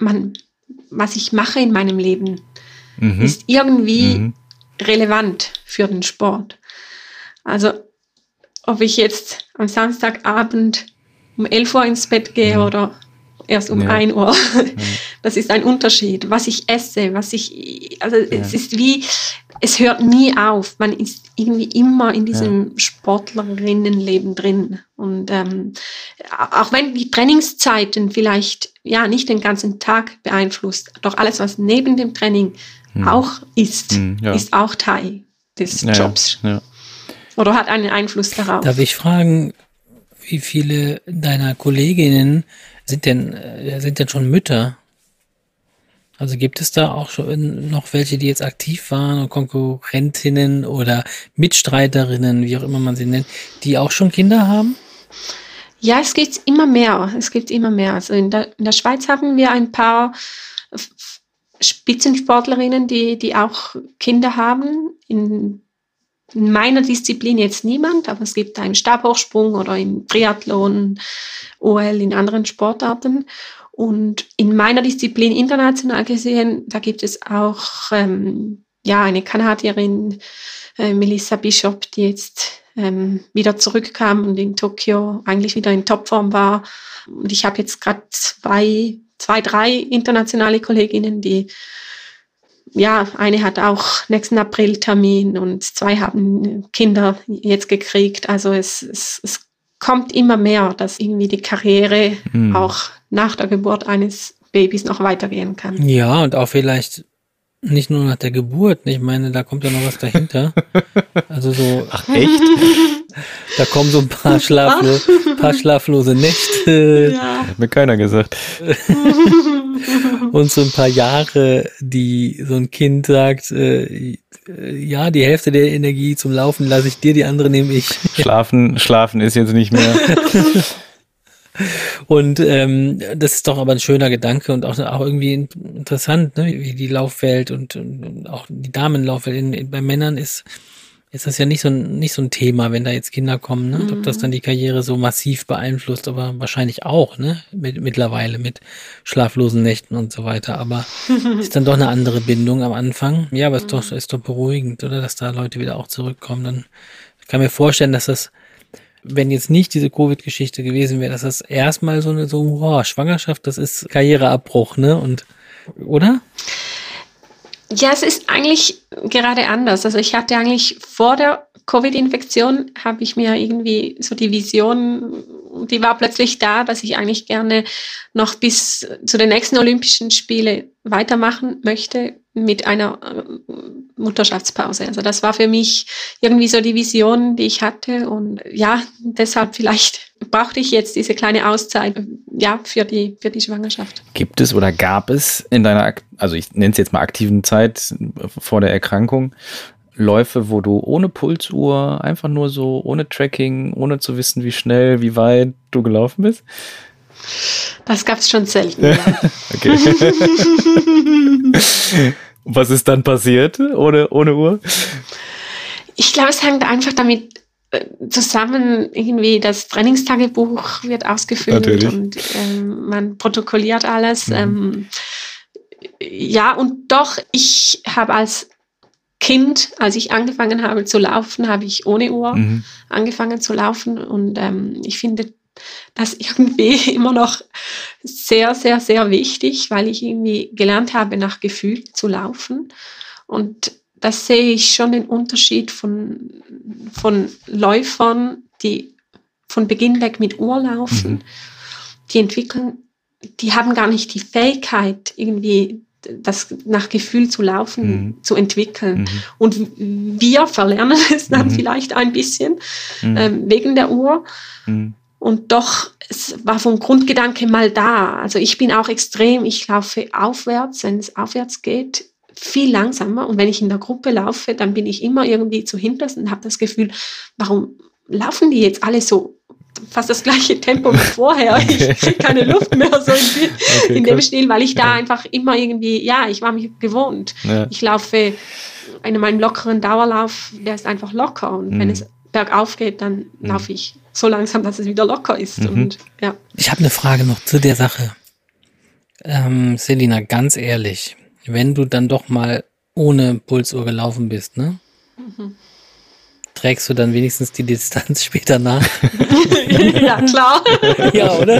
was ich mache in meinem Leben, ist irgendwie relevant für den Sport. Also, ob ich jetzt am Samstagabend um 11 Uhr ins Bett gehe oder erst um 1 Uhr, das ist ein Unterschied. Was ich esse, es ist wie, es hört nie auf. Man ist irgendwie immer in diesem Sportlerinnenleben drin. Und auch wenn die Trainingszeiten vielleicht nicht den ganzen Tag beeinflusst, doch alles, was neben dem Training auch ist, ist auch Teil des Jobs. Ja. Oder hat einen Einfluss darauf. Darf ich fragen, wie viele deiner Kolleginnen sind denn schon Mütter? Also gibt es da auch schon noch welche, die jetzt aktiv waren, Konkurrentinnen oder Mitstreiterinnen, wie auch immer man sie nennt, die auch schon Kinder haben? Ja, es gibt immer mehr. Also in der Schweiz haben wir ein paar Spitzensportlerinnen, die auch Kinder haben. In meiner Disziplin jetzt niemand, aber es gibt einen Stabhochsprung oder im Triathlon, OL, in anderen Sportarten. Und in meiner Disziplin international gesehen, da gibt es auch eine Kanadierin, Melissa Bishop, die jetzt wieder zurückkam und in Tokio eigentlich wieder in Topform war. Und ich habe jetzt gerade drei internationale Kolleginnen, die eine hat auch nächsten April Termin und 2 haben Kinder jetzt gekriegt. Also es kommt immer mehr, dass irgendwie die Karriere auch nach der Geburt eines Babys noch weitergehen kann. Ja, und auch vielleicht nicht nur nach der Geburt. Ich meine, da kommt ja noch was dahinter. Also so. Ach, echt? Da kommen so ein paar schlaflose Nächte. Ja. Hat mir keiner gesagt. Und so ein paar Jahre, die so ein Kind sagt, die Hälfte der Energie zum Laufen lasse ich dir, die andere nehme ich. Schlafen ist jetzt nicht mehr. Und das ist doch aber ein schöner Gedanke und auch irgendwie interessant, ne? Wie die Laufwelt und auch die Damenlaufwelt bei Männern ist das ja nicht so ein Thema, wenn da jetzt Kinder kommen, ne? Ob das dann die Karriere so massiv beeinflusst, aber wahrscheinlich auch, ne? Mittlerweile mit schlaflosen Nächten und so weiter. Aber ist dann doch eine andere Bindung am Anfang. Ja, aber ist doch beruhigend, oder? Dass da Leute wieder auch zurückkommen. Dann kann ich mir vorstellen, dass das, wenn jetzt nicht diese Covid-Geschichte gewesen wäre, dass das erstmal Schwangerschaft, das ist Karriereabbruch, ne? Und, oder? Ja, es ist eigentlich gerade anders. Also ich hatte eigentlich vor der Covid-Infektion, habe ich mir irgendwie so die Vision, die war plötzlich da, dass ich eigentlich gerne noch bis zu den nächsten Olympischen Spielen weitermachen möchte mit einer Mutterschaftspause. Also das war für mich irgendwie so die Vision, die ich hatte. Und deshalb vielleicht brauchte ich jetzt diese kleine Auszeit, für die Schwangerschaft. Gibt es oder gab es in deiner, also ich nenne es jetzt mal aktiven Zeit vor der Erkrankung, Läufe, wo du ohne Pulsuhr, einfach nur so, ohne Tracking, ohne zu wissen, wie schnell, wie weit du gelaufen bist? Das gab es schon selten, ja. Okay. Was ist dann passiert ohne Uhr? Ich glaube, es hängt einfach damit zusammen, irgendwie das Trainingstagebuch wird ausgefüllt. Natürlich. Und man protokolliert alles. Und doch, ich habe als Kind, als ich angefangen habe zu laufen, habe ich ohne Uhr angefangen zu laufen. Und ich finde das irgendwie immer noch sehr, sehr, sehr wichtig, weil ich irgendwie gelernt habe, nach Gefühl zu laufen. Und das sehe ich schon den Unterschied von Läufern, die von Beginn weg mit Uhr laufen. Die haben gar nicht die Fähigkeit, irgendwie das nach Gefühl zu laufen, zu entwickeln. Und wir verlernen es dann vielleicht ein bisschen wegen der Uhr. Und doch, es war vom Grundgedanke mal da. Also ich bin auch extrem, ich laufe aufwärts, wenn es aufwärts geht, viel langsamer. Und wenn ich in der Gruppe laufe, dann bin ich immer irgendwie zu hinterst und habe das Gefühl, warum laufen die jetzt alle so fast das gleiche Tempo wie vorher? Okay. Ich kriege keine Luft mehr so in dem Stil, weil ich da einfach immer irgendwie, ich war mich gewohnt. Ja. Ich laufe in meinem lockeren Dauerlauf, der ist einfach locker. Und wenn es bergauf geht, dann laufe ich so langsam, dass es wieder locker ist. Und, ja. Ich habe eine Frage noch zu der Sache. Selina, ganz ehrlich, wenn du dann doch mal ohne Pulsuhr gelaufen bist, ne? Trägst du dann wenigstens die Distanz später nach? Ja, klar. Ja, oder?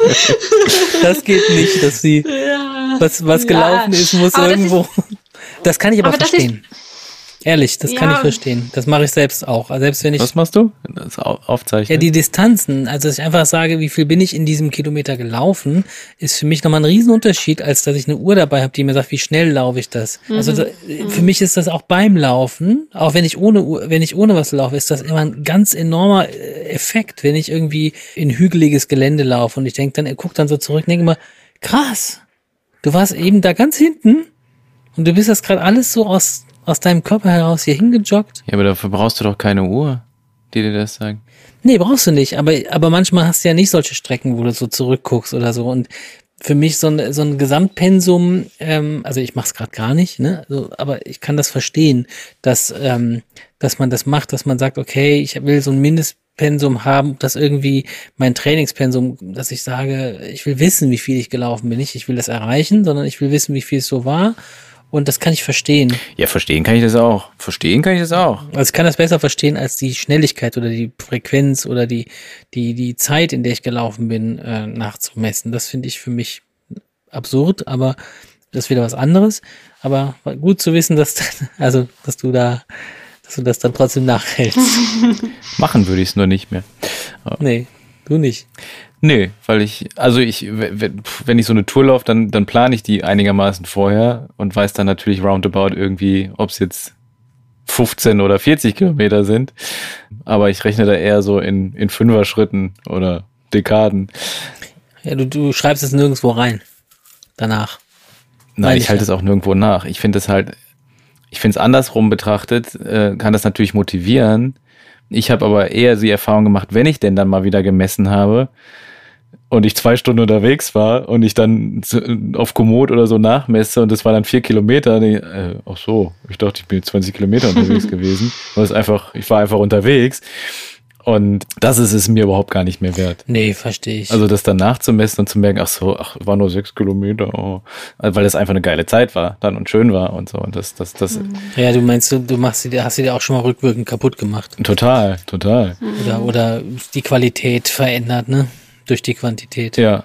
Das geht nicht, dass sie was gelaufen ist, muss aber irgendwo. Das kann ich aber verstehen. Ehrlich, das kann ich verstehen. Das mache ich selbst auch. Also selbst wenn ich. Was machst du? Das aufzeichnen. Ja, die Distanzen. Also, dass ich einfach sage, wie viel bin ich in diesem Kilometer gelaufen, ist für mich nochmal ein Riesenunterschied, als dass ich eine Uhr dabei habe, die mir sagt, wie schnell laufe ich das. Also, für mich ist das auch beim Laufen, auch wenn ich ohne was laufe, ist das immer ein ganz enormer Effekt, wenn ich irgendwie in hügeliges Gelände laufe und ich guck dann so zurück und denke immer, krass, du warst eben da ganz hinten und du bist das gerade alles so aus deinem Körper heraus hier hingejoggt. Ja, aber dafür brauchst du doch keine Uhr, die dir das sagt. Nee, brauchst du nicht. Aber manchmal hast du ja nicht solche Strecken, wo du so zurückguckst oder so. Und für mich so ein Gesamtpensum, also ich mach's gerade gar nicht, ne? Also, aber ich kann das verstehen, dass man das macht, dass man sagt, okay, ich will so ein Mindestpensum haben, dass irgendwie mein Trainingspensum, dass ich sage, ich will wissen, wie viel ich gelaufen bin. Nicht, ich will das erreichen, sondern ich will wissen, wie viel es so war. Und das kann ich verstehen. Ja, verstehen kann ich das auch. Also ich kann das besser verstehen als die Schnelligkeit oder die Frequenz oder die Zeit, in der ich gelaufen bin, nachzumessen. Das finde ich für mich absurd, aber das ist wieder was anderes. Aber gut zu wissen, dass du das dann trotzdem nachhältst. Machen würde ich es nur nicht mehr. Nee, du nicht. Nee, weil wenn ich so eine Tour laufe, dann plane ich die einigermaßen vorher und weiß dann natürlich roundabout irgendwie, ob es jetzt 15 oder 40 Kilometer sind. Aber ich rechne da eher so in 5er-Schritten oder Dekaden. Ja, du schreibst es nirgendwo rein. Danach. Nein, ich halte es auch nirgendwo nach. Ich finde es andersrum betrachtet, kann das natürlich motivieren. Ich habe aber eher die Erfahrung gemacht, wenn ich denn dann mal wieder gemessen habe, und ich 2 Stunden unterwegs war und ich dann auf Komoot oder so nachmesse und das war dann 4 Kilometer. Ach so, ich dachte, ich bin 20 Kilometer unterwegs gewesen. Ich war einfach unterwegs und das ist es mir überhaupt gar nicht mehr wert. Nee, verstehe ich. Also das dann nachzumessen und zu merken, war nur 6 Kilometer, weil das einfach eine geile Zeit war dann und schön war und so. Und das. Ja, du meinst, hast sie dir auch schon mal rückwirkend kaputt gemacht. Total. Oder die Qualität verändert, ne? Durch die Quantität. Ja.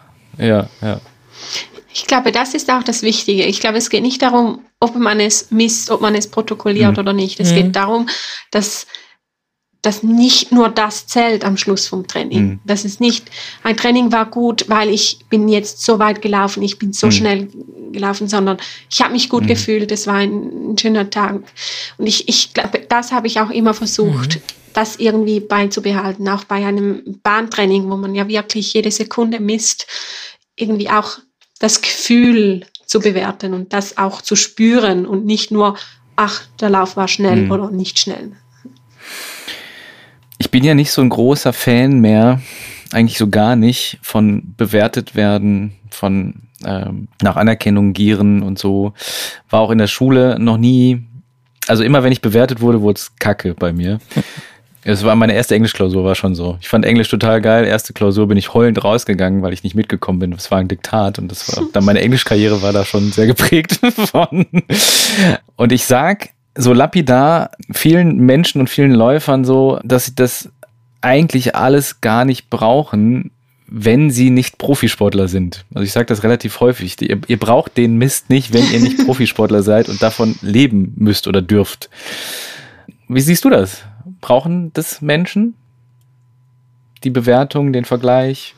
Ich glaube, das ist auch das Wichtige. Ich glaube, es geht nicht darum, ob man es misst, ob man es protokolliert oder nicht. Es geht darum, dass nicht nur das zählt am Schluss vom Training. Das ist nicht, ein Training war gut, weil ich bin jetzt so weit gelaufen, ich bin so schnell gelaufen, sondern ich habe mich gut gefühlt, es war ein schöner Tag. Und ich glaube, das habe ich auch immer versucht, das irgendwie beizubehalten, auch bei einem Bahntraining, wo man ja wirklich jede Sekunde misst, irgendwie auch das Gefühl zu bewerten und das auch zu spüren und nicht nur, der Lauf war schnell oder nicht schnell. Ich bin ja nicht so ein großer Fan mehr, eigentlich so gar nicht, von bewertet werden, von nach Anerkennung gieren und so. War auch in der Schule noch nie, also immer wenn ich bewertet wurde, wurde es kacke bei mir. Es war meine erste Englischklausur, war schon so. Ich fand Englisch total geil. Erste Klausur bin ich heulend rausgegangen, weil ich nicht mitgekommen bin. Das war ein Diktat und dann meine Englischkarriere war da schon sehr geprägt von. Und ich sag so lapidar vielen Menschen und vielen Läufern so, dass sie das eigentlich alles gar nicht brauchen, wenn sie nicht Profisportler sind. Also ich sage das relativ häufig. Ihr braucht den Mist nicht, wenn ihr nicht Profisportler seid und davon leben müsst oder dürft. Wie siehst du das? Brauchen das Menschen? Die Bewertung, den Vergleich?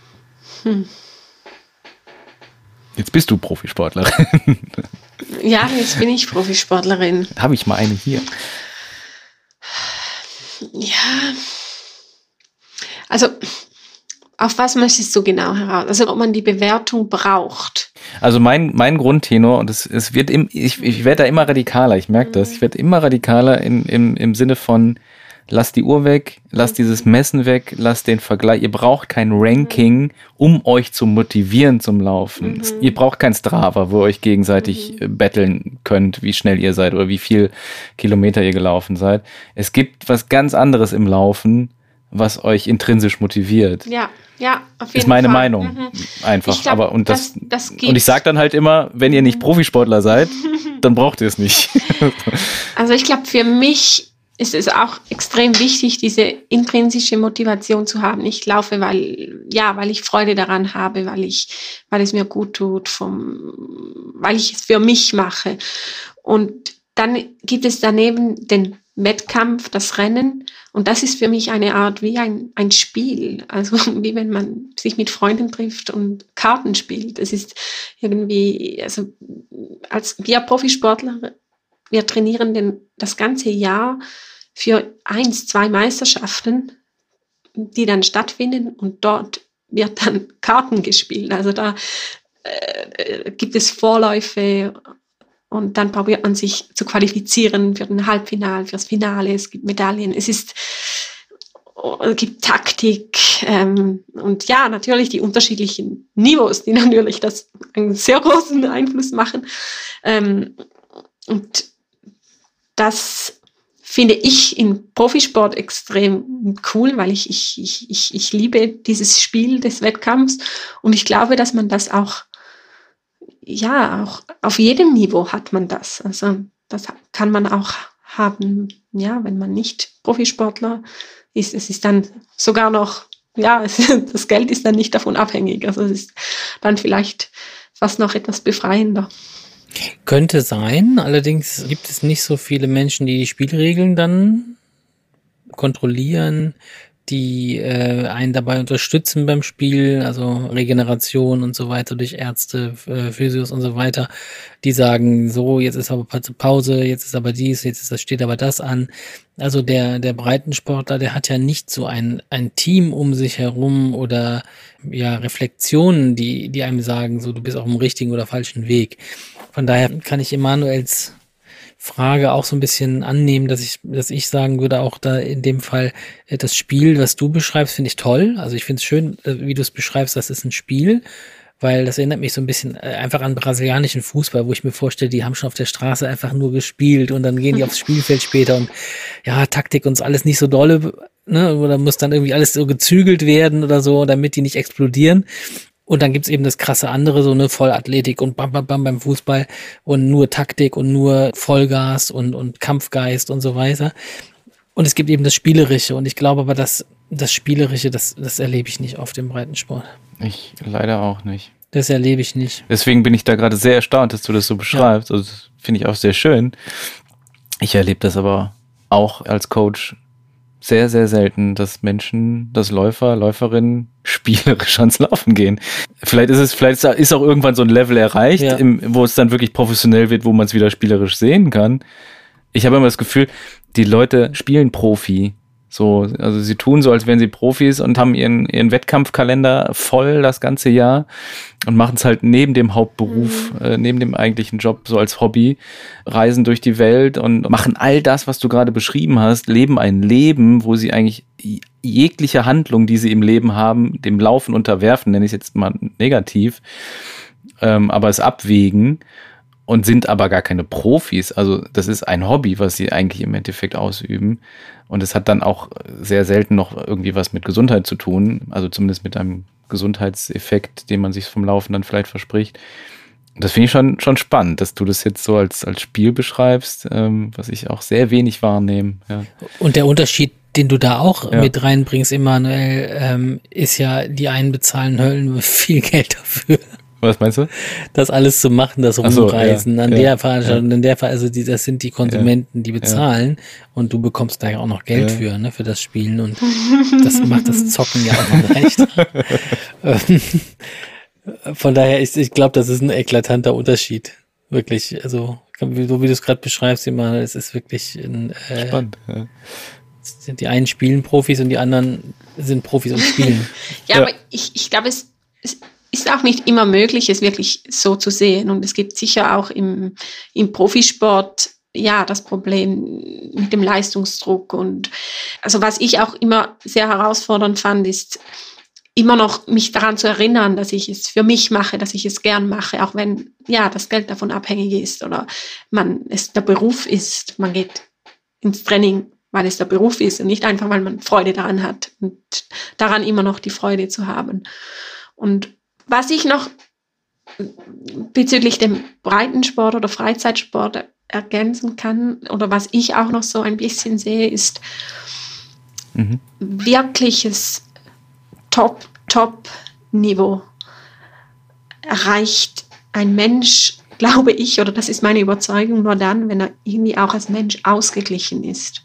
Jetzt bist du Profisportlerin. Ja, jetzt bin ich Profisportlerin. Habe ich mal eine hier. Ja, also auf was möchtest du genau heraus? Also ob man die Bewertung braucht? Also mein Grundtenor, und es wird ich werde da immer radikaler, ich merke das, ich werde immer radikaler im Sinne von, lasst die Uhr weg, lasst dieses Messen weg, lasst den Vergleich. Ihr braucht kein Ranking, um euch zu motivieren zum Laufen. Ihr braucht kein Strava, wo ihr euch gegenseitig betteln könnt, wie schnell ihr seid oder wie viel Kilometer ihr gelaufen seid. Es gibt was ganz anderes im Laufen, was euch intrinsisch motiviert. Ja, auf jeden Fall. Ist meine Meinung. Einfach. Ich glaub, aber und und ich sage dann halt immer, wenn ihr nicht Profisportler seid, dann braucht ihr es nicht. Also ich glaube, für mich ist es auch extrem wichtig, diese intrinsische Motivation zu haben. Ich laufe, weil ich Freude daran habe, weil es mir gut tut, weil ich es für mich mache. Und dann gibt es daneben den Wettkampf, das Rennen. Und das ist für mich eine Art wie ein Spiel. Also wie wenn man sich mit Freunden trifft und Karten spielt. Es ist irgendwie, also als wir Profisportler, wir trainieren das ganze Jahr für 1-2 Meisterschaften, die dann stattfinden, und dort wird dann Karten gespielt. Also da gibt es Vorläufe und dann probiert man sich zu qualifizieren für ein Halbfinale, fürs Finale. Es gibt Medaillen, es gibt Taktik und ja, natürlich die unterschiedlichen Niveaus, die natürlich das einen sehr großen Einfluss machen. Und das finde ich in Profisport extrem cool, weil ich liebe dieses Spiel des Wettkampfs, und ich glaube, dass man das auch auf jedem Niveau hat man das. Also das kann man auch haben, ja, wenn man nicht Profisportler ist. Es ist dann sogar noch, das Geld ist dann nicht davon abhängig. Also es ist dann vielleicht fast noch etwas befreiender. Könnte sein, allerdings gibt es nicht so viele Menschen, die Spielregeln dann kontrollieren, die einen dabei unterstützen beim Spiel, also Regeneration und so weiter durch Ärzte, Physios und so weiter, die sagen, so, jetzt ist aber Pause, jetzt ist aber dies, steht aber das an. Also der Breitensportler, der hat ja nicht so ein Team um sich herum oder ja Reflexionen, die einem sagen, so, du bist auf dem richtigen oder falschen Weg. Von daher kann ich Emanuels Frage auch so ein bisschen annehmen, dass ich sagen würde, auch da in dem Fall das Spiel, was du beschreibst, finde ich toll. Also ich finde es schön, wie du es beschreibst, das ist ein Spiel, weil das erinnert mich so ein bisschen einfach an brasilianischen Fußball, wo ich mir vorstelle, die haben schon auf der Straße einfach nur gespielt und dann gehen die aufs Spielfeld später und ja, Taktik und alles nicht so dolle, ne, oder muss dann irgendwie alles so gezügelt werden oder so, damit die nicht explodieren. Und dann gibt's eben das krasse andere, so eine Vollathletik und bam, bam, bam beim Fußball und nur Taktik und nur Vollgas und Kampfgeist und so weiter. Und es gibt eben das Spielerische. Und ich glaube aber, dass das Spielerische, das erlebe ich nicht auf dem Breitensport. Ich leider auch nicht. Das erlebe ich nicht. Deswegen bin ich da gerade sehr erstaunt, dass du das so beschreibst. Ja. Also das finde ich auch sehr schön. Ich erlebe das aber auch als Coach sehr, sehr selten, dass Menschen, dass Läufer, Läuferinnen spielerisch ans Laufen gehen. Vielleicht ist auch irgendwann so ein Level erreicht, ja, wo es dann wirklich professionell wird, wo man es wieder spielerisch sehen kann. Ich habe immer das Gefühl, die Leute spielen Profi. So, also sie tun so, als wären sie Profis und haben ihren Wettkampfkalender voll das ganze Jahr und machen es halt neben dem Hauptberuf, neben dem eigentlichen Job, so als Hobby, reisen durch die Welt und machen all das, was du gerade beschrieben hast, leben ein Leben, wo sie eigentlich jegliche Handlung, die sie im Leben haben, dem Laufen unterwerfen, nenne ich es jetzt mal negativ, aber es abwägen und sind aber gar keine Profis. Also das ist ein Hobby, was sie eigentlich im Endeffekt ausüben. Und es hat dann auch sehr selten noch irgendwie was mit Gesundheit zu tun, also zumindest mit einem Gesundheitseffekt, den man sich vom Laufen dann vielleicht verspricht. Das finde ich schon spannend, dass du das jetzt so als Spiel beschreibst, was ich auch sehr wenig wahrnehme. Ja. Und der Unterschied den du da auch mit reinbringst, Emanuel, ist ja, die einen bezahlen Höllen viel Geld dafür. Was meinst du? Das alles zu machen, das Rumreisen, der Veranstaltung, also das sind die Konsumenten, die bezahlen und du bekommst da ja auch noch Geld für das Spielen und das macht das Zocken ja auch noch leichter. Von daher, ich glaube, das ist ein eklatanter Unterschied. Wirklich, also so wie du es gerade beschreibst, immer, es ist wirklich spannend. Ja. Die einen spielen Profis und die anderen sind Profis und spielen. Aber ich glaube, es ist auch nicht immer möglich, es wirklich so zu sehen. Und es gibt sicher auch im Profisport das Problem mit dem Leistungsdruck. Und also was ich auch immer sehr herausfordernd fand, ist immer noch mich daran zu erinnern, dass ich es für mich mache, dass ich es gern mache, auch wenn das Geld davon abhängig ist oder es der Beruf ist. Man geht ins Training, weil es der Beruf ist und nicht einfach, weil man Freude daran hat und daran immer noch die Freude zu haben. Und was ich noch bezüglich dem Breitensport oder Freizeitsport ergänzen kann oder was ich auch noch so ein bisschen sehe, ist wirkliches Top-Niveau erreicht ein Mensch, glaube ich, oder das ist meine Überzeugung, nur dann, wenn er irgendwie auch als Mensch ausgeglichen ist.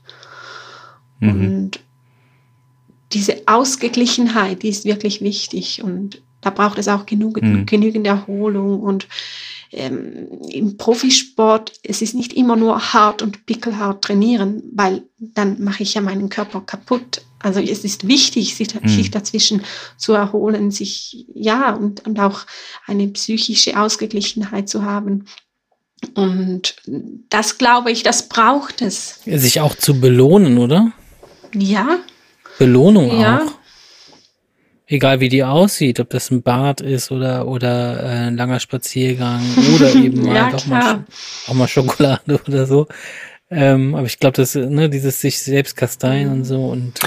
Und diese Ausgeglichenheit, die ist wirklich wichtig und da braucht es auch genügend Erholung und im Profisport, es ist nicht immer nur hart und pickelhart trainieren, weil dann mache ich ja meinen Körper kaputt. Also es ist wichtig, sich dazwischen zu erholen, und auch eine psychische Ausgeglichenheit zu haben. Und das, glaube ich, das braucht es. Sich auch zu belohnen, oder? Ja. Belohnung auch. Egal wie die aussieht, ob das ein Bad ist oder ein langer Spaziergang oder eben mal auch mal Schokolade oder so. Aber ich glaube, das dieses sich selbst kasteien und so und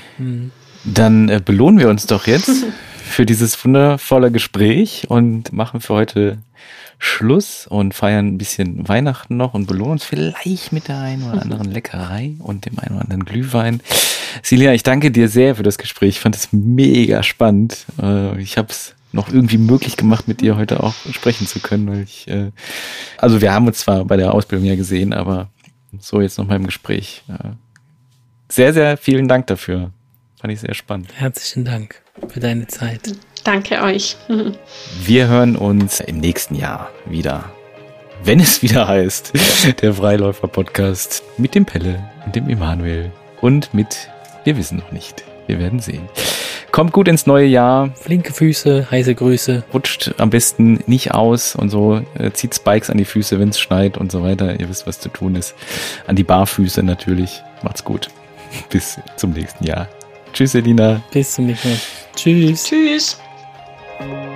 dann belohnen wir uns doch jetzt für dieses wundervolle Gespräch und machen für heute Schluss und feiern ein bisschen Weihnachten noch und belohnen uns vielleicht mit der einen oder anderen Leckerei und dem einen oder anderen Glühwein. Silja, ich danke dir sehr für das Gespräch. Ich fand es mega spannend. Ich habe es noch irgendwie möglich gemacht, mit dir heute auch sprechen zu können, weil also wir haben uns zwar bei der Ausbildung ja gesehen, aber so jetzt noch mal im Gespräch. Sehr, sehr vielen Dank dafür. Fand ich sehr spannend. Herzlichen Dank für deine Zeit. Danke euch. Wir hören uns im nächsten Jahr wieder, wenn es wieder heißt, der Freiläufer-Podcast mit dem Pelle und dem Emanuel und mit, wir wissen noch nicht, wir werden sehen. Kommt gut ins neue Jahr. Flinke Füße, heiße Grüße. Rutscht am besten nicht aus und so. Zieht Spikes an die Füße, wenn es schneit und so weiter. Ihr wisst, was zu tun ist. An die Barfüße natürlich. Macht's gut. Bis zum nächsten Jahr. Tschüss, Elina. Bis zum nächsten Mal. Tschüss. Tschüss.